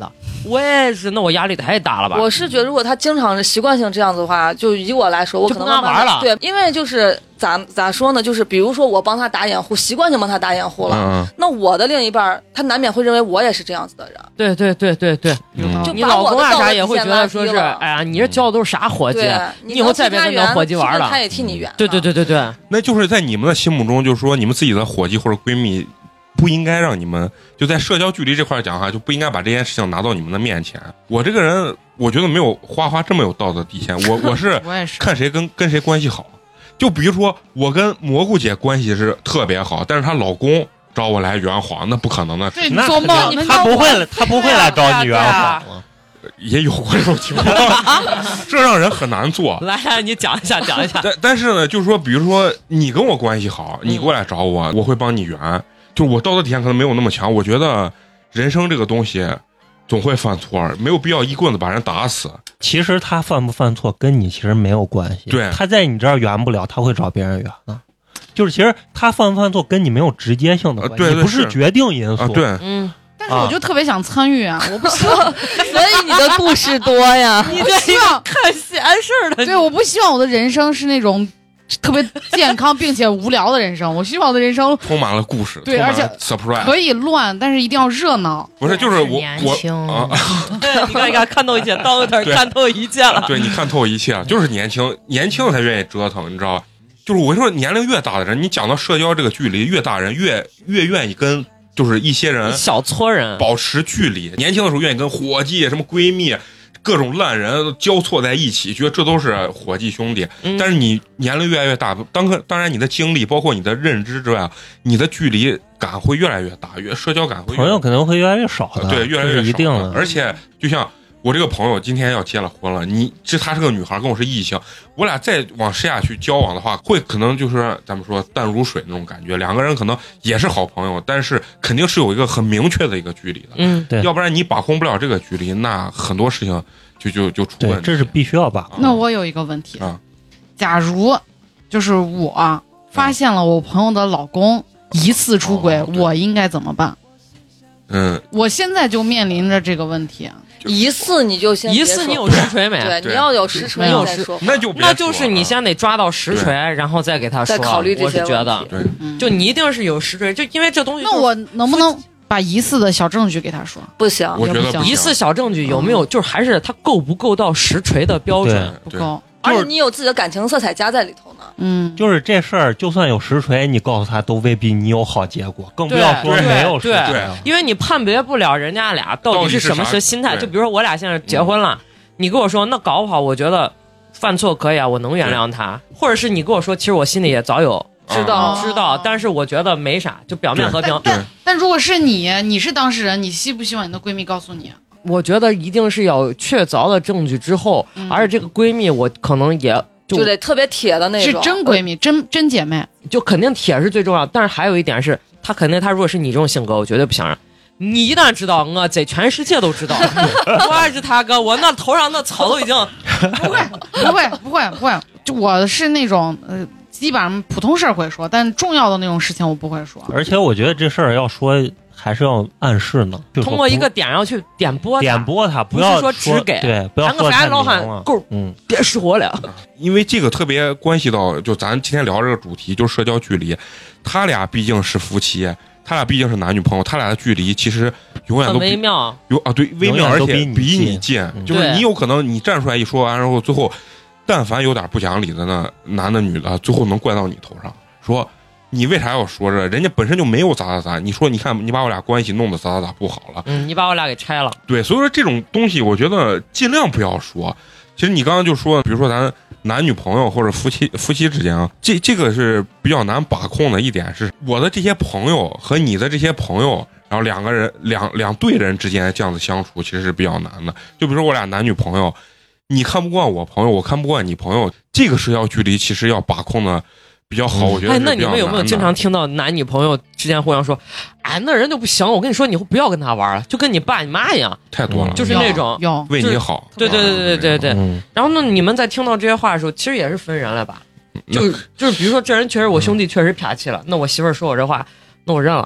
我也是，那我压力太大了吧？ 我是觉得，如果他经常习惯性这样子的话，就以我来说，我可能就不跟他玩了。 对，因为就是咋咋说呢，就是比如说我帮他打掩护，习惯性帮他打掩护了， 嗯、 那我的另一半他难免会认为我也是这样子的人。 对对对对对， 嗯、 就你老公啊啥也会觉得说是，哎呀，你这教的都是啥伙计？你以后再别跟那伙计玩了， 他也替你圆。 对对对对对， 那就是在你们的心目中，就是说你们自己的伙计或者闺蜜。不应该让你们就在社交距离这块讲哈，就不应该把这件事情拿到你们的面前。我这个人，我觉得没有花花这么有道德底线。我我是看谁跟跟谁关系好。就比如说我跟蘑菇姐关系是特别好，但是她老公找我来圆谎，那不可能的。 对，你做梦， 他不会，他不会来找你圆谎。 也有过这种情况，这让人很难做。 来来，你讲一下，讲一下。 但但是呢，就是说，比如说你跟我关系好，你过来找我，我会帮你圆。就我道德底线可能没有那么强，我觉得人生这个东西总会犯错，没有必要一棍子把人打死。 其实他犯不犯错跟你其实没有关系， 对， 他在你这儿圆不了，他会找别人圆的。就是其实他犯不犯错跟你没有直接性的关系， 对对你不是决定因素。 啊、对， 嗯。 但是我就特别想参与啊！我不希望， 所以你的故事多呀。 你这希望看闲事儿的， 对，我不希望我的人生是那种特别健康并且无聊的人生，我希望我的人生充满了故事， 对，而且 surprise 可以乱，但是一定要热闹。 不是，就是我我啊， 你看，你看，看透一切，到那看透一切了。 对，你看透一切了，就是年轻，年轻才愿意折腾，你知道吧？就是我跟你说，年龄越大的人，你讲到社交这个距离，越大人越越愿意跟。就是一些人小撮人保持距离，年轻的时候愿意跟伙计、什么闺蜜、各种烂人交错在一起，觉得这都是伙计兄弟。嗯、但是你年龄越来越大，当当然你的经历，包括你的认知之外，你的距离感会越来越大，越社交感会越朋友可能会越来越少的， 对，越来越少一定的。 而且就像我这个朋友今天要结了婚了，你这她是个女孩，跟我是异性，我俩再往深下去交往的话，会可能就是咱们说淡如水那种感觉，两个人可能也是好朋友，但是肯定是有一个很明确的一个距离的， 嗯， 对， 要不然你把控不了这个距离，那很多事情就就就出问题， 这是必须要把控。 那我有一个问题啊， 假如就是我发现了我朋友的老公疑似出轨， 哦、 我应该怎么办？ 嗯， 我现在就面临着这个问题。 疑似你就先疑似你有实锤没？ 对，你要有实锤有再说。 那就那就是你先得抓到实锤，然后再给他说。 再考虑这些我是觉得， 对， 就你一定是有实锤，就因为这东西。 那我能不能把疑似的小证据给他说？ 不行， 我觉得不行。 疑似小证据有没有？就是还是他够不够到实锤的标准？ 不够。 而且你有自己的感情色彩加在里头呢。 嗯， 就是这事儿，就算有实锤，你告诉他都未必你有好结果，更不要说没有实锤。 对，因为你判别不了人家俩到底是什么是心态。就比如说我俩现在结婚了，你跟我说那搞不好，我觉得犯错可以啊，我能原谅他，或者是你跟我说，其实我心里也早有知道知道，但是我觉得没啥，就表面和平。 但但如果是你，你是当事人，你希不希望你的闺蜜告诉你？ 我觉得一定是要确凿的证据之后， 嗯、 而且这个闺蜜我可能也就就得特别铁的那种， 是真闺蜜，真真姐妹， 就肯定铁是最重要。但是还有一点是，她肯定她如果是你这种性格，我绝对不想让你一旦知道，我这全世界都知道，我是他哥，我那头上那草都已经不会不会不会不会，就我是那种呃。基本上普通事儿会说，但重要的那种事情我不会说。 而且我觉得这事儿要说，还是要暗示呢， 通过一个点要去点拨点拨他， 不要说只给， 对，不要说太老汉够， 嗯， 别使火了。 因为这个特别关系到，就咱今天聊这个主题，就是社交距离。他俩毕竟是夫妻，他俩毕竟是男女朋友，他俩的距离其实永远都微妙， 有啊，对，微妙，而且比你近， 嗯、 就是你有可能你站出来一说完，然后最后。但凡有点不讲理的呢，男的女的，最后能怪到你头上，说你为啥要说这？人家本身就没有咋咋咋。你说你看，你把我俩关系弄得咋咋咋不好了， 嗯，你把我俩给拆了。 对，所以说这种东西，我觉得尽量不要说。其实你刚刚就说，比如说咱男女朋友或者夫妻夫妻之间啊，这这个是比较难把控的一点是，我的这些朋友和你的这些朋友，然后两个人两两对人之间这样子相处，其实是比较难的。就比如说我俩男女朋友。你看不惯我朋友，我看不惯你朋友，这个社交距离其实要把控的比较好，我觉得。 哎，那你们有没有经常听到男女朋友之间互相说，哎，那人就不行，我跟你说，你不要跟他玩了，就跟你爸你妈一样， 太多了， 就是那种有为你好。 对对对对对对。嗯、然后呢，你们在听到这些话的时候，其实也是分人了吧？就就是比如说，这人确实我兄弟确实撇气了，那我媳妇儿说我这话，那我认了。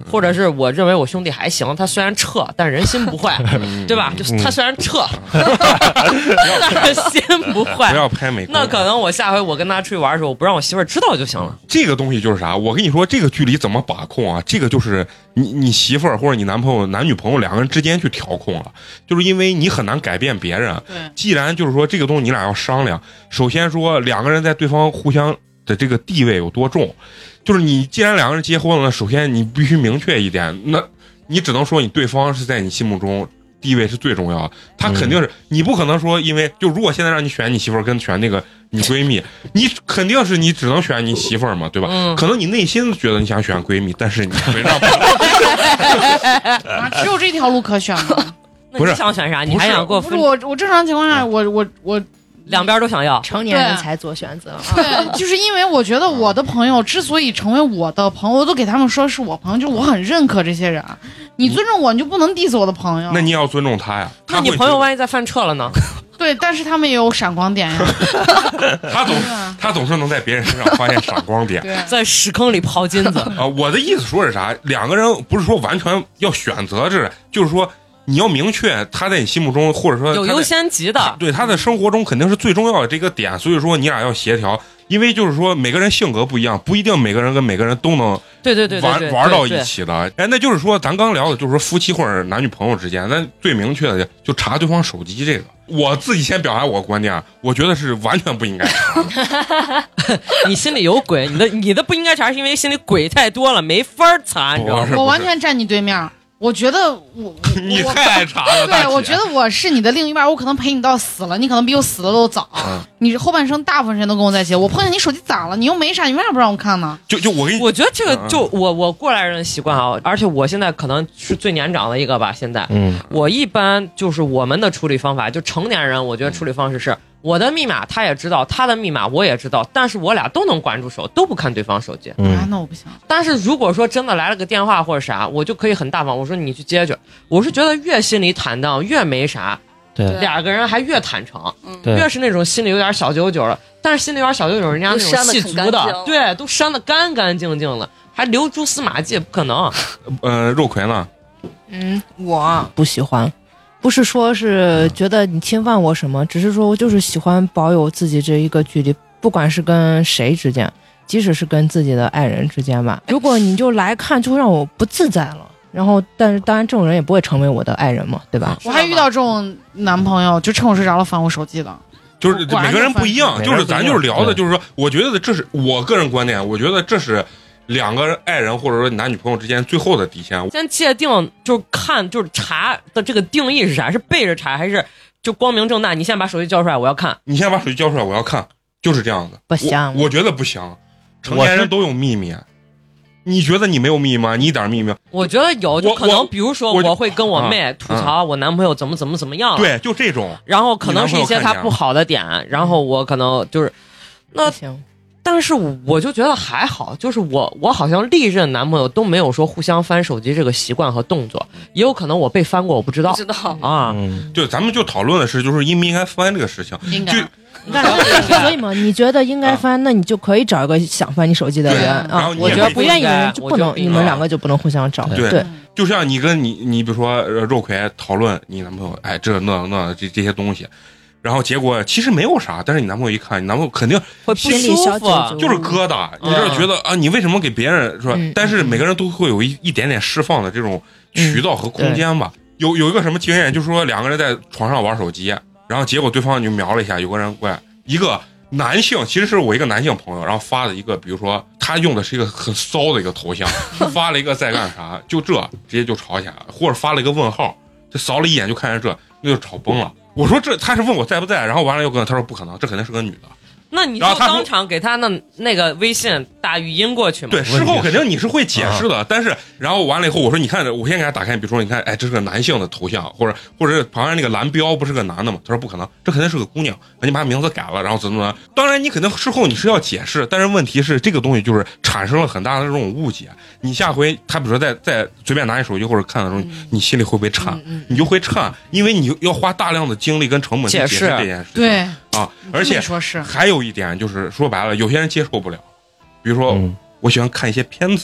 或者是我认为我兄弟还行，他虽然撤，但人心不坏，对吧？就他虽然撤，但是心不坏。 不要拍美。 那可能我下回我跟他出去玩的时候，我不让我媳妇儿知道就行了。 这个东西就是啥？我跟你说，这个距离怎么把控啊？这个就是你你媳妇儿或者你男朋友、男女朋友两个人之间去调控了，就是因为你很难改变别人。 对， 既然就是说这个东西你俩要商量，首先说两个人在对方互相的这个地位有多重。就是你既然两个人结婚了，首先你必须明确一点，那你只能说你对方是在你心目中地位是最重要的，他肯定是、嗯、你不可能说，因为就如果现在让你选你媳妇儿跟选那个你闺蜜，你肯定是你只能选你媳妇儿嘛，对吧？嗯、可能你内心觉得你想选闺蜜，但是你没让啊，只有这条路可选吗？ 不是你想选啥？你还想过分？ 我我正常情况下，我我我。 两边都想要， 成年人才做选择。 对，就是因为我觉得我的朋友之所以成为我的朋友，我都给他们说是我朋友，就是我很认可这些人。你尊重我，你就不能 diss 我的朋友。 那你也要尊重他呀。 那你朋友万一再犯撤了呢？ 对，但是他们也有闪光点呀。 他总他总是能在别人身上发现闪光点， 在屎坑里刨金子啊、呃！我的意思说是啥？两个人不是说完全要选择制，就是说。你要明确他在你心目中，或者说有优先级的， 对他的生活中肯定是最重要的这个点，所以说你俩要协调，因为就是说每个人性格不一样，不一定每个人跟每个人都能对对对玩玩到一起的。哎，那就是说咱刚聊的就是说夫妻或者男女朋友之间，咱最明确的就查对方手机这个。我自己先表达我的观点，我觉得是完全不应该查。 你心里有鬼，你的你的不应该查是因为心里鬼太多了，没法查，你知道吗？ 我完全站你对面。我觉得我你太爱查了， 对，我觉得我是你的另一半，我可能陪你到死了，你可能比我死的都早。嗯、你后半生大部分时间都跟我在一起，我碰见你手机咋了？你又没啥，你为啥不让我看呢？ 就就我跟你， 我觉得这个就我我过来人的习惯啊，而且我现在可能是最年长的一个吧。现在，嗯，我一般就是我们的处理方法，就成年人，我觉得处理方式是。我的密码他也知道，他的密码我也知道，但是我俩都能管住手，都不看对方手机。 嗯、啊，那我不行。 但是如果说真的来了个电话或者啥，我就可以很大方，我说你去接去。我是觉得越心里坦荡越没啥， 对， 两个人还越坦诚， 对， 越是那种心里有点小九九的，但是心里有点小九九，人家那种细足的，对，都删得干干净净了，还留蛛丝马迹，不可能。 呃，肉葵呢？ 嗯，我不喜欢。不是说是觉得你侵犯我什么，只是说我就是喜欢保有自己这一个距离，不管是跟谁之间，即使是跟自己的爱人之间吧。如果你就来看，就会让我不自在了。然后，但是当然这种人也不会成为我的爱人嘛，对吧？ 我还遇到这种男朋友，就趁我睡着了翻我手机的。 就是每个人不一样，就是咱就是聊的，就是说，我觉得这是我个人观点，我觉得这是。两个爱人或者说男女朋友之间最后的底线， 先界定就是看就是查的这个定义是啥？是背着查还是就光明正大？你先把手机交出来，我要看。 你先把手机交出来，我要看，就是这样子。 不行， 我, 我觉得不行。成年人都有秘密，你觉得你没有秘密吗？你一点秘密？ 我觉得有，就可能比如说我会跟我妹吐槽我男朋友怎么怎么怎么样了， 对，就这种。 然后可能是一些他不好的点，然后我可能就是那。但是我就觉得还好，就是我我好像历任男朋友都没有说互相翻手机这个习惯和动作，也有可能我被翻过，我不知道。 不知道啊， 嗯、就咱们就讨论的是，就是应不应该翻这个事情。 应该。 所以嘛，你觉得应该翻，那你就可以找一个想翻你手机的人啊。我觉得不愿意的人就不能，你们两个就不能互相找。 对，对就像你跟你你比如说肉葵讨论你男朋友，哎，这那那这这些东西。然后结果其实没有啥，但是你男朋友一看，你男朋友肯定会不舒服， 就是疙瘩。你这觉得啊，你为什么给别人说？但是每个人都会有一一点点释放的这种渠道和空间吧。有有一个什么经验，就是说两个人在床上玩手机，然后结果对方就瞄了一下，有个人过来，一个男性，其实是我一个男性朋友，然后发了一个，比如说他用的是一个很骚的一个头像，发了一个在干啥，就这直接就吵起来了，或者发了一个问号，就扫了一眼就看见这，那就吵崩了。我说这他是问我在不在，然后完了又跟他说不可能，这肯定是个女的。 那你就当场给他那那个微信打语音过去嘛？ 对，事后肯定你是会解释的，啊、但是然后完了以后，我说你看，我先给他打开，比如说你看，哎，这是个男性的头像，或者或者是旁边那个蓝标不是个男的吗？他说不可能，这肯定是个姑娘，你把名字改了，然后怎么怎么。当然你肯定事后你是要解释，但是问题是这个东西就是产生了很大的这种误解。你下回他比如说在在随便拿你手机或者看的时候，嗯、你心里会不会颤？嗯、你就会颤，因为你要花大量的精力跟成本去解释这件事情。 对啊，而且还有一点就是说白了，有些人接受不了，比如说、嗯、我喜欢看一些片子，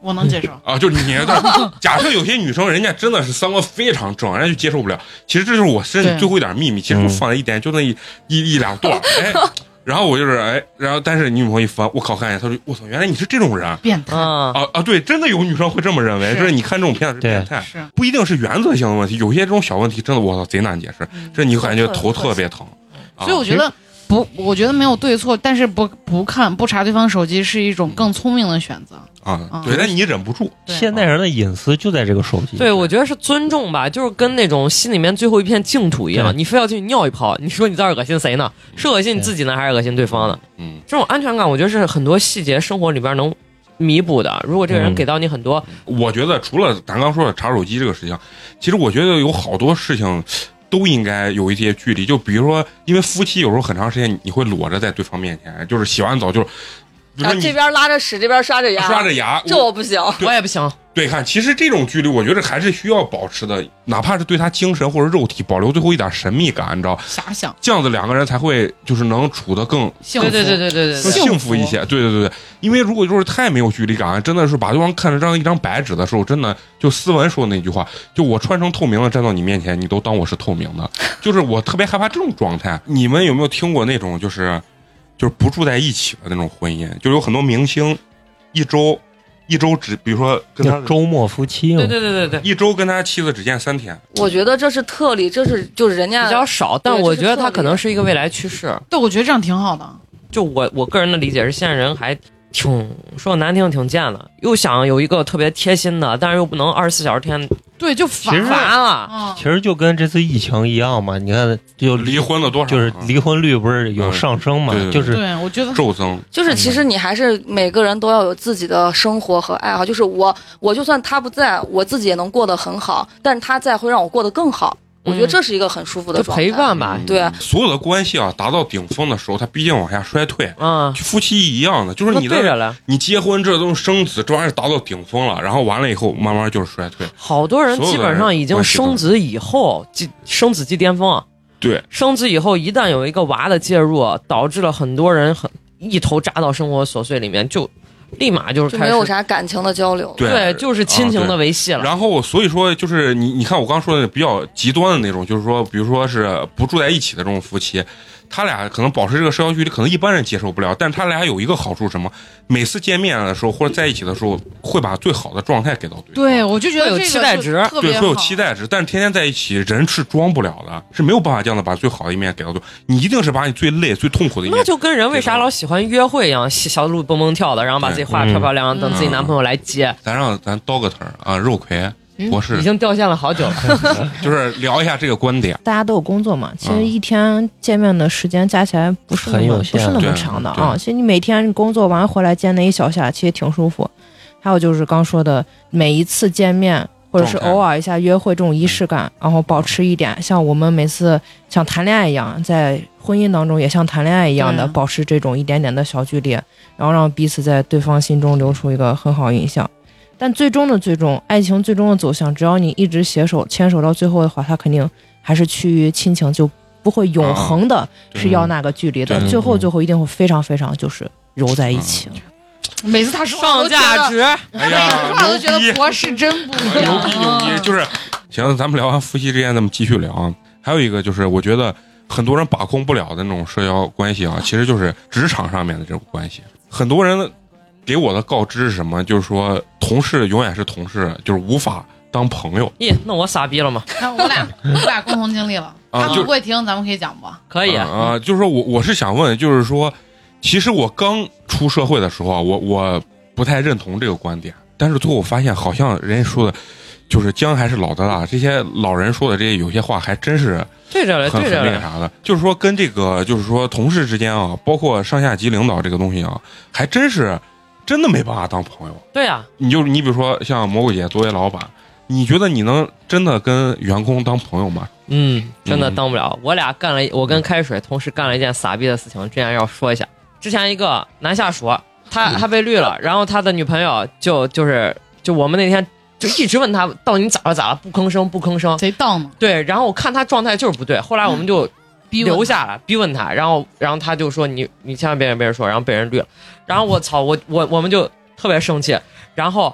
我能接受啊，就你假设有些女生，人家真的是三观非常正，人家就接受不了。其实这就是我身体最后一点秘密，其实我放在一点，就那一一一两段，哎，然后我就是哎，然后但是你女朋友一翻，我靠，看见她说，我操，原来你是这种人， 变态啊啊！对，真的有女生会这么认为，就是你看这种片子是变态， 是不一定是原则性的问题，有些这种小问题真的我操贼难解释，这你感觉头特别疼。 所以我觉得。不，我觉得没有对错，但是不不看不查对方手机是一种更聪明的选择啊。对，但你忍不住。 现代人的隐私就在这个手机。 对，我觉得是尊重吧，就是跟那种心里面最后一片净土一样，你非要进去尿一泡，你说你在这恶心谁呢？是恶心你自己呢，还是恶心对方呢？ 嗯， 这种安全感，我觉得是很多细节生活里边能弥补的。如果这个人给到你很多， 嗯、我觉得除了咱刚说的查手机这个事情，其实我觉得有好多事情。都应该有一些距离，就比如说，因为夫妻有时候很长时间你会裸着在对方面前，就是洗完澡就是， 啊，这边拉着屎，这边刷着牙， 刷着牙， 这我不行， 我也不行。 对，看，其实这种距离，我觉得还是需要保持的，哪怕是对他精神或者肉体保留最后一点神秘感，你知道？ 遐想， 这样子两个人才会就是能处得更幸福， 对对对对对对， 幸福一些。对对对对，因为如果就是太没有距离感，真的是把对方看成这样一张白纸的时候，真的就斯文说的那句话，就我穿成透明的站到你面前，你都当我是透明的，就是我特别害怕这种状态。你们有没有听过那种就是就是不住在一起的那种婚姻？就有很多明星一周。一周只，比如说跟他周末夫妻， 对对对对对， 一周跟他妻子只见三天。 我觉得这是特例，这是就是人家比较少，但我觉得他可能是一个未来趋势。 对，我觉得这样挺好的。 就我我个人的理解是，现在人还挺说难听挺贱的，又想有一个特别贴心的，但是又不能二十四小时天。 对，就烦了、 嗯。 其实就跟这次疫情一样嘛，你看，就离婚的多少， 就是离婚率不是有上升嘛？ 嗯、 就是对，我觉得骤增。 就是其实你还是每个人都要有自己的生活和爱好。就是我，我就算他不在，我自己也能过得很好，但是他在会让我过得更好。我觉得这是一个很舒服的状态， 陪伴吧。 对， 所有的关系啊，达到顶峰的时候，它毕竟往下衰退。 嗯， 夫妻一样的，就是你的，你结婚这都是生子，这玩意儿达到顶峰了，然后完了以后，慢慢就是衰退。 好多人基本上已经生子以后，生子即巅峰。 对， 生子以后，一旦有一个娃的介入，导致了很多人很一头扎到生活琐碎里面，就。立马就是开始就没有啥感情的交流， 对， 对就是亲情的维系了。 啊、然后所以说，就是你你看我刚说的比较极端的那种，就是说，比如说是不住在一起的这种夫妻，他俩可能保持这个社交距离，可能一般人接受不了，但是他俩有一个好处是什么？每次见面的时候或者在一起的时候，会把最好的状态给到对方。 对，我就觉得有期待值， 对，会有期待值。但是天天在一起，人是装不了的，是没有办法这样的把最好的一面给到对方。你一定是把你最累、最痛苦的一面。 那就跟人为啥老喜欢约会一样，小路蹦蹦跳的，然后把自己画漂漂亮亮，等自己男朋友来接。 嗯、咱让咱刀个腿啊，肉葵。博士、 嗯、已经掉线了好久了， 就是聊一下这个观点。 大家都有工作嘛，其实一天见面的时间加起来不是那么不是那么长的啊。其实你每天工作完回来见那一小下，其实挺舒服。还有就是刚说的，每一次见面或者是偶尔一下约会这种仪式感，然后保持一点，像我们每次像谈恋爱一样，在婚姻当中也像谈恋爱一样的保持这种一点点的小距离，然后让彼此在对方心中留出一个很好印象。但最终的最终，爱情最终的走向，只要你一直携手牵手到最后的话，它肯定还是趋于亲情，就不会永恒的是要那个距离的，啊、最后最后一定会非常非常就是揉在一起。 嗯、每次他说上价值， 哎呀， 我都觉得博士真不一样， 牛逼牛逼！就是行，咱们聊完夫妻之间，咱们继续聊啊。还有一个就是，我觉得很多人把控不了的那种社交关系啊，其实就是职场上面的这种关系，很多人。给我的告知是什么？就是说，同事永远是同事，就是无法当朋友。 咦，那我傻逼了吗？ 那我俩我俩共同经历了，他们不会听，咱们可以讲不？ 可以啊、呃，就是说我我是想问，就是说，其实我刚出社会的时候啊，我我不太认同这个观点，但是最后我发现，好像人家说的，就是姜还是老的辣，这些老人说的这些有些话还真是。 对着来， 对着来，啥的，就是说跟这个，就是说同事之间啊，包括上下级领导这个东西啊，还真是。真的没办法当朋友。 对呀、啊， 你就你比如说像蘑菇姐作为老板，你觉得你能真的跟员工当朋友吗？ 嗯，真的当不了。嗯、我俩干了，我跟开水同时干了一件傻逼的事情，这样要说一下。之前一个男下属，他他被绿了，然后他的女朋友就就是就我们那天就一直问他到底咋了咋了，不吭声不吭声， 贼荡呢。 对，然后我看他状态就是不对，后来我们就。留下了，逼问他，然后，然后他就说你，你千万别跟别人说，然后被人绿了，然后我操，我我我们就特别生气，然后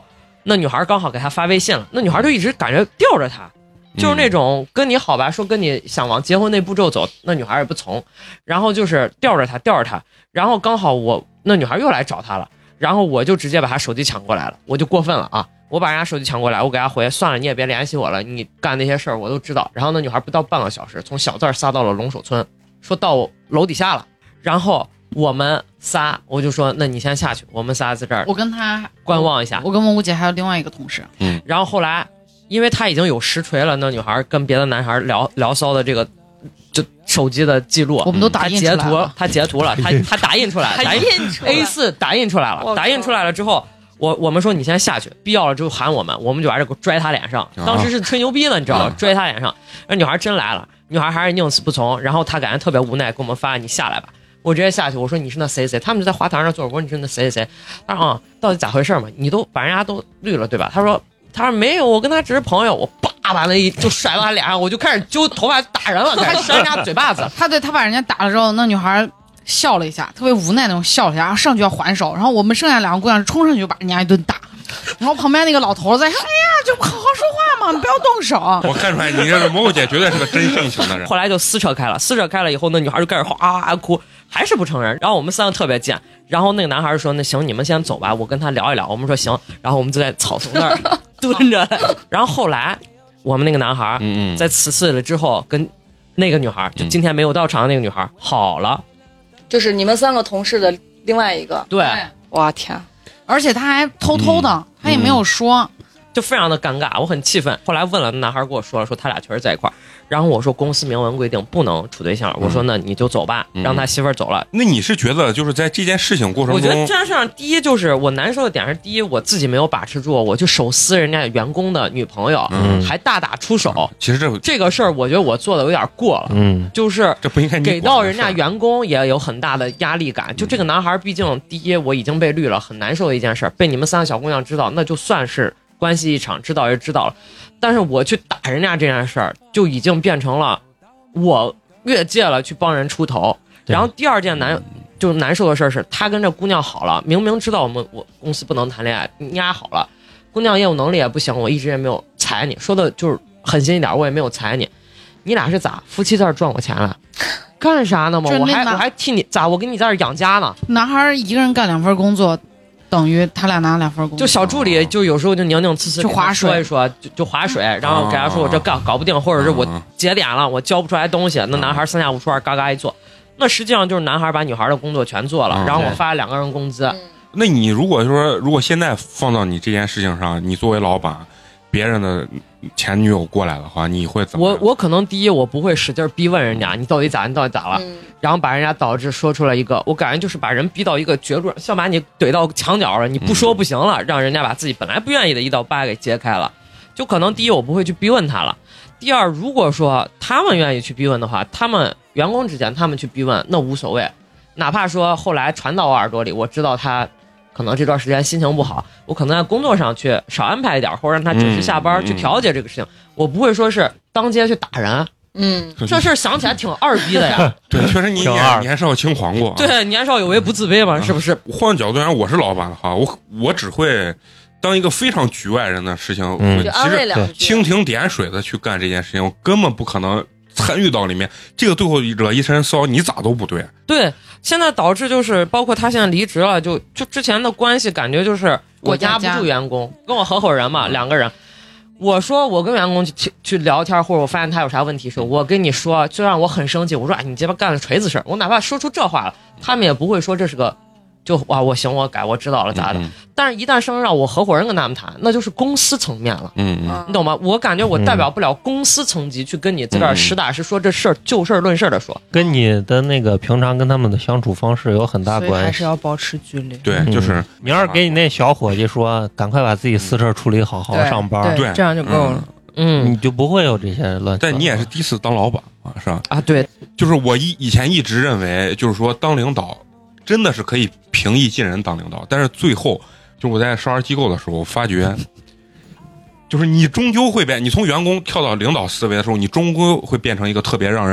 那女孩刚好给他发微信了，那女孩就一直感觉吊着他，就是那种跟你好吧，说跟你想往结婚那步骤走，那女孩也不从，然后就是吊着他吊着他，然后刚好我那女孩又来找他了，然后我就直接把他手机抢过来了，我就过分了啊！我把人家手机抢过来，我给他回，算了，你也别联系我了，你干那些事儿我都知道。然后那女孩不到半个小时，从小寨撒到了龙首村，说到楼底下了，然后我们仨，我就说那你先下去，我们仨在这儿我跟他观望一下。 我跟蘑菇姐还有另外一个同事， 嗯， 然后后来因为他已经有实锤了，那女孩跟别的男孩聊聊骚的这个就手机的记录， 我们都打印出他截图来了， 他截图了，他他打印出来， 打打印印出来 A 四 打印出来了，打印出来了之后。我我们说你先下去，必要了之后喊我们，我们就把这个拽他脸上。当时是吹牛逼呢，你知道吧？拽他脸上，那女孩真来了，女孩还是宁死不从。然后她感觉特别无奈，给我们发你下来吧。我直接下去，我说你是那谁谁，他们就在花坛上坐着。我说你是那谁谁谁，他说啊，到底咋回事嘛？你都把人家都绿了对吧？他说他说没有，我跟他只是朋友。我叭把那一就甩到他脸上，我就开始揪头发打人了，开始扇人家嘴巴子。 他对他把人家打了之后，那女孩笑了一下，特别无奈那种笑了一下，然后上去要还手，然后我们剩下两个姑娘冲上去就把人家一顿打。然后旁边那个老头在说：“哎呀，就好好说话嘛，你不要动手。” 我看出来，你这蘑菇姐绝对是个真性情的人。 后来就撕扯开了，撕扯开了以后，那女孩就开始哗哗哭，还是不承认。然后我们三个特别贱，然后那个男孩说：“那行，你们先走吧，我跟他聊一聊。”我们说行，然后我们就在草丛那儿蹲着。然后后来我们那个男孩嗯嗯在此次了之后，跟那个女孩，就今天没有到场的那个女孩好了， 就是你们三个同事的另外一个。 对， 哇天！ 而且他还偷偷的， 嗯、 他也没有说， 就非常的尴尬，我很气愤。后来问了男孩，跟我说了，说他俩确实在一块儿。然后我说公司明文规定不能处对象，嗯、我说那你就走吧， 嗯、 让他媳妇儿走了。 那你是觉得就是在这件事情过程中， 我觉得这件事上，第一就是我难受的点是，第一我自己没有把持住，我去手撕人家员工的女朋友， 嗯、 还大打出手。 嗯、其实这这个事儿，我觉得我做的有点过了， 嗯， 就是这不应该给到人家员工也有很大的压力感。就这个男孩，毕竟第一我已经被绿了，很难受的一件事，被你们三个小姑娘知道，那就算是关系一场，知道也知道了。但是我去打人家这件事儿，就已经变成了。我越界了去帮人出头，然后第二件难就难受的事是，他跟这姑娘好了，明明知道我们我公司不能谈恋爱，你俩好了，姑娘业务能力也不行，我一直也没有裁你，说的就是狠心一点，我也没有裁你，你俩是咋夫妻在这赚我钱了？干啥呢嘛？我还我还替你咋？我给你在这养家呢。 男孩一个人干两份工作。等于他俩拿两份工作， 就小助理就有时候就拧拧呲呲， 就划水说一说，就就划水，然后给他说我这搞搞不定，或者是我节点了，我交不出来东西，那男孩三下五除二嘎嘎一做，那实际上就是男孩把女孩的工作全做了，然后我发两个人工资。 那你如果说如果现在放到你这件事情上，你作为老板，别人的前女友过来的话，你会怎么？ 我我可能第一我不会使劲逼问人家你到底咋你到底咋了， 嗯、 然后把人家导致说出了一个，我感觉就是把人逼到一个绝路，像把你怼到墙角了，你不说不行了，嗯、让人家把自己本来不愿意的一道疤给揭开了。就可能第一我不会去逼问他了，第二如果说他们愿意去逼问的话，他们员工之间他们去逼问那无所谓，哪怕说后来传到我耳朵里，我知道他。可能这段时间心情不好，我可能在工作上去少安排一点，或者让他准时下班、嗯、去调节这个事情。我不会说是当街去打人， 嗯， 这事儿想起来挺二逼的呀。 对，确实你年年少轻狂过、啊， 对，年少有为不自卑嘛，是不是？ 换角度讲，我是老板的话，我我只会当一个非常局外人的事情， 嗯、 其实蜻蜓点水的去干这件事情，我根本不可能参与到里面。这个最后惹一身骚，你咋都不对。 对。现在导致就是包括他现在离职了，就就之前的关系感觉就是我压不住员工，跟我合伙人嘛两个人，我说我跟员工去去聊天，或者我发现他有啥问题时候，我跟你说就让我很生气，我说哎你这边干了锤子事，我哪怕说出这话了，他们也不会说这是个就哇我行我改我知道了咋的， 嗯、 但是一旦升让我合伙人跟他们谈，那就是公司层面了， 嗯嗯， 你懂吗？我感觉我代表不了公司层级去跟你这边实打实说这事儿，就事论事的说， 跟你的那个平常跟他们的相处方式有很大关系， 还是要保持距离。 对，就是、 嗯、你要是给你那小伙计说，赶快把自己私事处理好，好好上班， 对， 这样就够了。 嗯， 你就不会有这些乱。 但你也是第一次当老板啊，是吧？ 啊，对， 就是我以以前一直认为，就是说当领导。真的是可以平易近人当领导，但是最后就我在少儿机构的时候发觉，就是你终究会变，你从员工跳到领导思维的时候，你终究会变成一个特别让人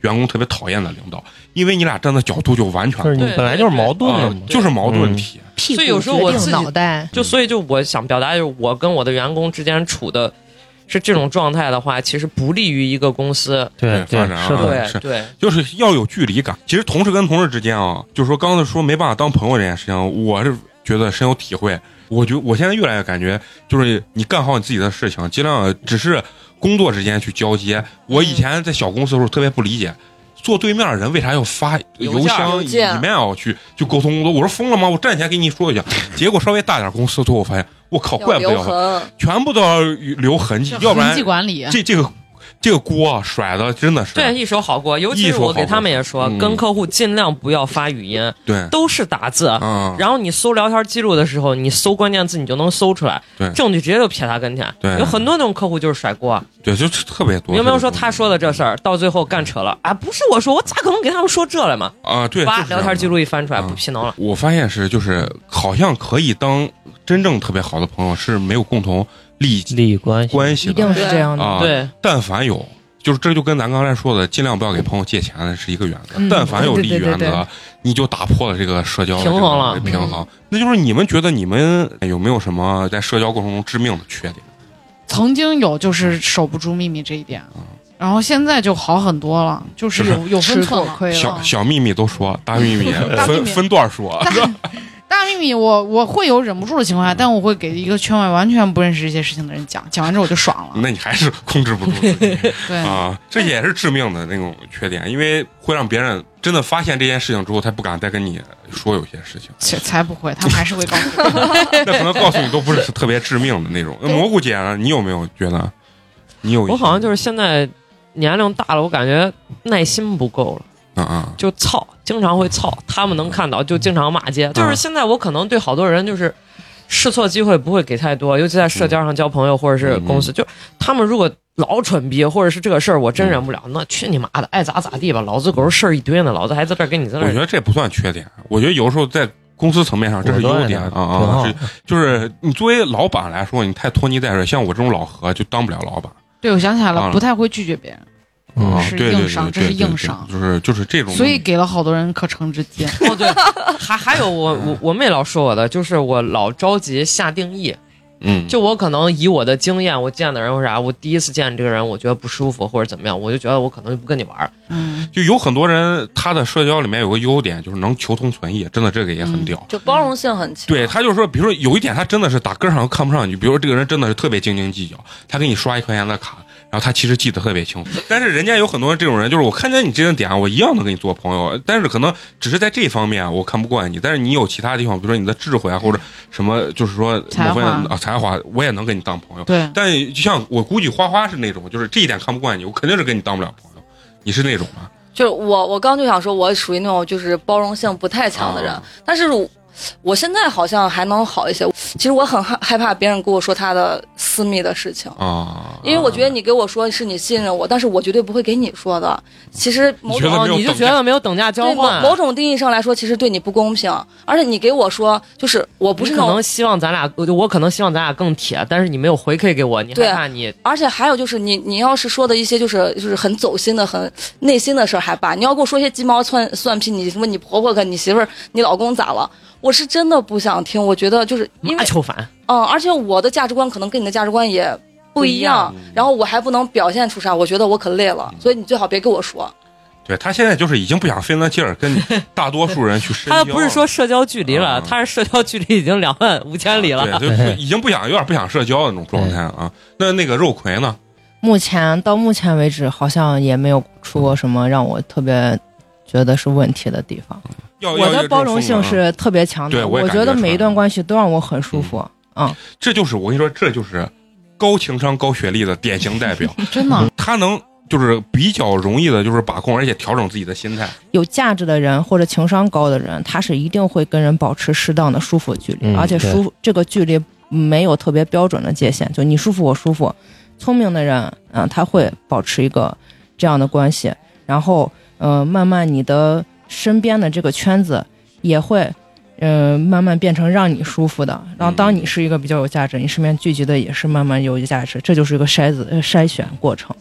员工特别讨厌的领导，因为你俩站的角度就完全就是你本来就是矛盾的嘛， 就是矛盾体。 屁股所以有时候我自己脑袋就所以就我想表达就是我跟我的员工之间处的是这种状态的话，其实不利于一个公司对发展， 是的， 对对， 就是要有距离感。其实同事跟同事之间啊，就是说刚才说没办法当朋友这件事情，我是觉得深有体会。我觉得我现在越来越感觉，就是你干好你自己的事情，尽量只是工作之间去交接。我以前在小公司的时候特别不理解，坐对面的人为啥要发邮箱、email 去去沟通工作？我说疯了吗？我站起来给你说一下。结果稍微大点公司，最后我发现，我靠，怪不得要全部都要留痕迹，要不然痕迹管理这这个。这个锅啊甩的真的是对一手好锅，尤其是我给他们也说，嗯、跟客户尽量不要发语音， 对， 都是打字。 嗯， 然后你搜聊天记录的时候，你搜关键字你就能搜出来， 对， 证据直接就撇他跟前。 对， 有很多那种客户就是甩锅， 对，就特别多。 明明说他说的这事儿，到最后干扯了啊，不是我说，我咋可能给他们说这来嘛？ 啊，对， 把聊天记录一翻出来， 嗯、 不皮囊了。 我发现是就是好像可以当真正特别好的朋友是没有共同利益利益关系关系的， 一定是这样的。 啊、 对， 但凡有。就是这就跟咱刚才说的，尽量不要给朋友借钱的是一个原则。 嗯、 但凡有利益原则， 对对对对你就打破了这个社交的平衡了平衡。嗯、那就是你们觉得你们有没有什么在社交过程中致命的缺点？ 曾经有，就是守不住秘密这一点，嗯、然后现在就好很多了，就是有有分寸了。 小小秘密都说，大秘密分分段说。 大秘密我我会有忍不住的情况下，但我会给一个圈外完全不认识这些事情的人讲，讲完之后我就爽了。 那你还是控制不住自己对啊，这也是致命的那种缺点，因为会让别人真的发现这件事情之后，他不敢再跟你说有些事情。 才才不会，他们还是会告诉你。 那可能告诉你都不是特别致命的那种。那蘑菇姐呢？你有没有觉得你有？ 我好像就是现在年龄大了，我感觉耐心不够了。 嗯嗯， 就操，经常会操，他们能看到就经常骂街。 嗯、 就是现在我可能对好多人就是试错机会不会给太多，尤其在社交上交朋友或者是公司， 嗯、 就他们如果老蠢逼或者是这个事儿我真忍不了，嗯、那去你妈的，爱咋咋地吧，老子狗事儿一堆呢，老子还在这跟你在那。 我觉得这不算缺点，我觉得有时候在公司层面上这是优点啊啊！就是你作为老板来说，你太拖泥带水，像我这种老何就当不了老板。 对，我想起来了， 啊、 不太会拒绝别人。 嗯， 是硬伤，这是硬伤， 就是就是这种， 所以给了好多人可乘之机。 哦，对，还还有我我我妹老说我的，就是我老着急下定义。 嗯， 就我可能以我的经验，我见的人或啥，我第一次见这个人，我觉得不舒服或者怎么样，我就觉得我可能就不跟你玩。 嗯， 就有很多人他的社交里面有个优点，就是能求同存异，真的这个也很屌， 嗯、就包容性很强。 对他就是说，比如说有一点他真的是打根上看不上你，比如说这个人真的是特别斤斤计较，他给你刷一块钱的卡。然后他其实记得特别清楚，但是人家有很多这种人，就是我看见你这个点，我一样能跟你做朋友，但是可能只是在这方面我看不惯你，但是你有其他地方，比如说你的智慧啊，或者什么，就是说才华啊才华，我也能跟你当朋友。 对， 但就像我估计花花是那种，就是这一点看不惯你，我肯定是跟你当不了朋友。你是那种吗？ 就是我，我刚就想说，我属于那种就是包容性不太强的人，啊、但是我现在好像还能好一些。其实我很害害怕别人跟我说他的私密的事情啊， 因为我觉得你给我说是你信任我，但是我绝对不会给你说的。其实某种你就觉得没有等价交换， 某某种定义上来说，其实对你不公平。而且你给我说，就是我不是那种可能希望咱俩，我可能希望咱俩更铁，但是你没有回馈给我，你害怕你。 而且还有就是你你要是说的一些就是就是很走心的、很内心的事还罢，你要跟我说一些鸡毛蒜蒜皮，你什么你婆婆跟你媳妇儿、你老公咋了？我是真的不想听，我觉得就是因为求烦， 嗯，而且我的价值观可能跟你的价值观也不一样， 不一样然后我还不能表现出啥，我觉得我可累了，所以你最好别跟我说。 对他现在就是已经不想费那劲儿跟大多数人去深交， 他不是说社交距离了，嗯、他是社交距离已经两万五千里了， 对，就已经不想有点不想社交的那种状态啊。那那个肉葵呢？ 目前到目前为止，好像也没有出过什么让我特别觉得是问题的地方。我的包容性是特别强的，我觉得每一段关系都让我很舒服。嗯， 嗯这就是我跟你说，这就是高情商、高学历的典型代表。 真的， 他能就是比较容易的，就是把控，而且调整自己的心态。 有价值的人或者情商高的人，他是一定会跟人保持适当的舒服距离，嗯、而且舒这个距离没有特别标准的界限，就你舒服我舒服。聪明的人，嗯，他会保持一个这样的关系，然后，呃，慢慢你的身边的这个圈子也会，呃，慢慢变成让你舒服的。然后，当你是一个比较有价值，你身边聚集的也是慢慢有价值，这就是一个筛子、呃、筛选过程。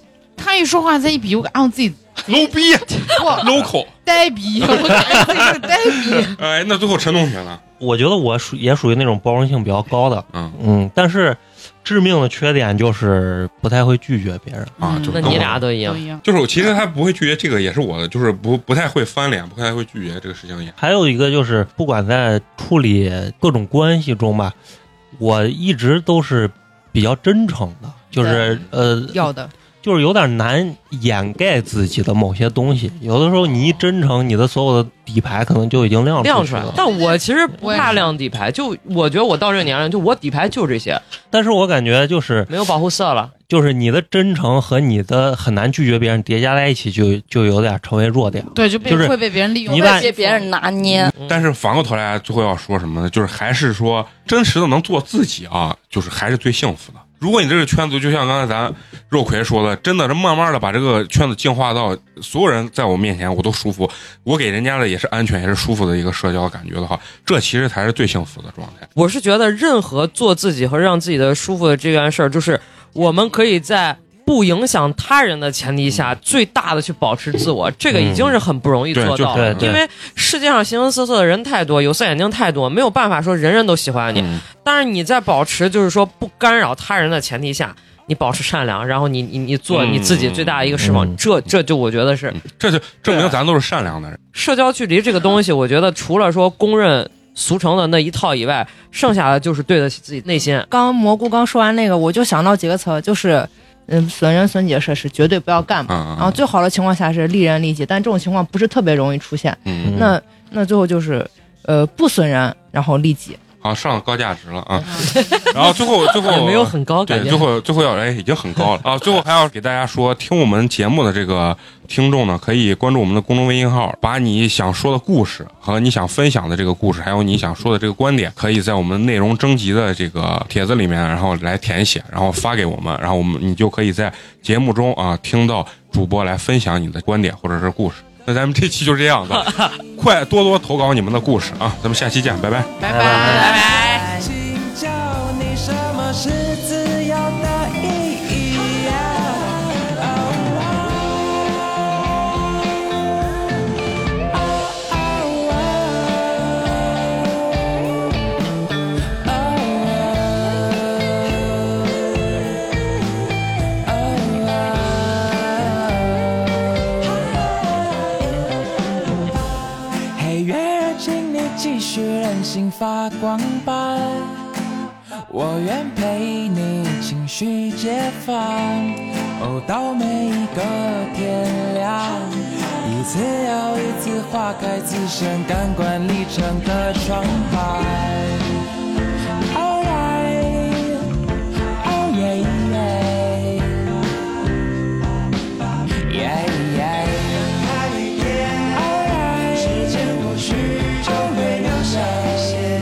他一说话再一比，我感觉我自己 low 逼哇 local 呆逼，我感觉自己是呆逼。 哎，那最后陈同学呢？ 我觉得我属也属于那种包容性比较高的， 嗯嗯，但是致命的缺点就是不太会拒绝别人啊。就那你俩都一样， 就是我其实他不会拒绝，这个也是我的，就是不不太会翻脸，不太会拒绝这个事情也。 还有一个就是，不管在处理各种关系中吧，我一直都是比较真诚的，就是呃要的。 就是有点难掩盖自己的某些东西，有的时候你一真诚，你的所有的底牌可能就已经亮亮出来了。 但我其实不怕亮底牌，就我觉得我到这个年龄，就我底牌就这些。 但是我感觉就是没有保护色了， 就是你的真诚和你的很难拒绝别人叠加在一起就，就就有点成为弱点。 对，就被、就是、会被别人利用， 会被别人拿捏。 嗯、但是反过头来，最后要说什么呢？就是还是说真实的能做自己啊，就是还是最幸福的。如果你这个圈子就像刚才咱肉葵说的，真的是慢慢的把这个圈子净化到所有人在我面前我都舒服，我给人家的也是安全也是舒服的一个社交感觉的话，这其实才是最幸福的状态。 我是觉得任何做自己和让自己的舒服的这件事儿，就是我们可以在不影响他人的前提下，最大的去保持自我，这个已经是很不容易做到了。 嗯、 因为世界上形形色色的人太多，有色眼镜太多，没有办法说人人都喜欢你。嗯、但是你在保持就是说不干扰他人的前提下，你保持善良，然后你你你做你自己最大的一个释放，嗯、这这就我觉得是， 嗯、这就证明咱都是善良的人。 社交距离这个东西，我觉得除了说公认俗成的那一套以外，剩下的就是对得起自己内心。 刚蘑菇刚说完那个，我就想到几个词，就是嗯，损人损己的事是绝对不要干嘛。 嗯嗯、 然后最好的情况下是利人利己，但这种情况不是特别容易出现。 嗯、 那那最后就是呃不损人，然后利己。 好，上高价值了啊！然后最后最后也没有很高，感觉最后最后要哎已经很高了啊！最后还要给大家说，听我们节目的这个听众呢，可以关注我们的公众微信号，把你想说的故事和你想分享的这个故事，还有你想说的这个观点，可以在我们内容征集的这个帖子里面，然后来填写，然后发给我们，然后我们你就可以在节目中啊听到主播来分享你的观点或者是故事。那咱们这期就是这样的，快多多投稿你们的故事啊！咱们下期见，拜拜， 拜拜，拜拜。 请教你什么是自由的意义呀？继续任性发光吧，我愿陪你情绪解放。哦，到每一个天亮，一次又一次划开自身感官里程的窗台。Alright, oh yeah yeah, yeah yeah. Alright, 时间过去就会留下一些。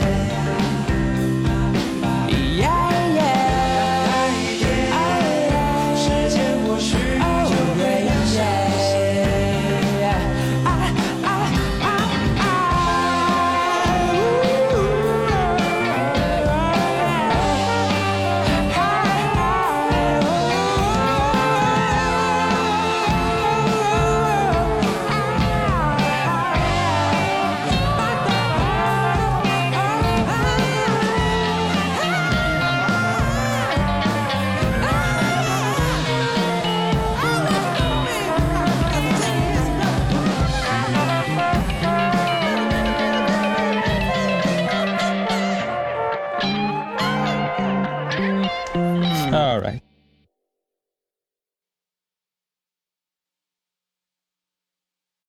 All right.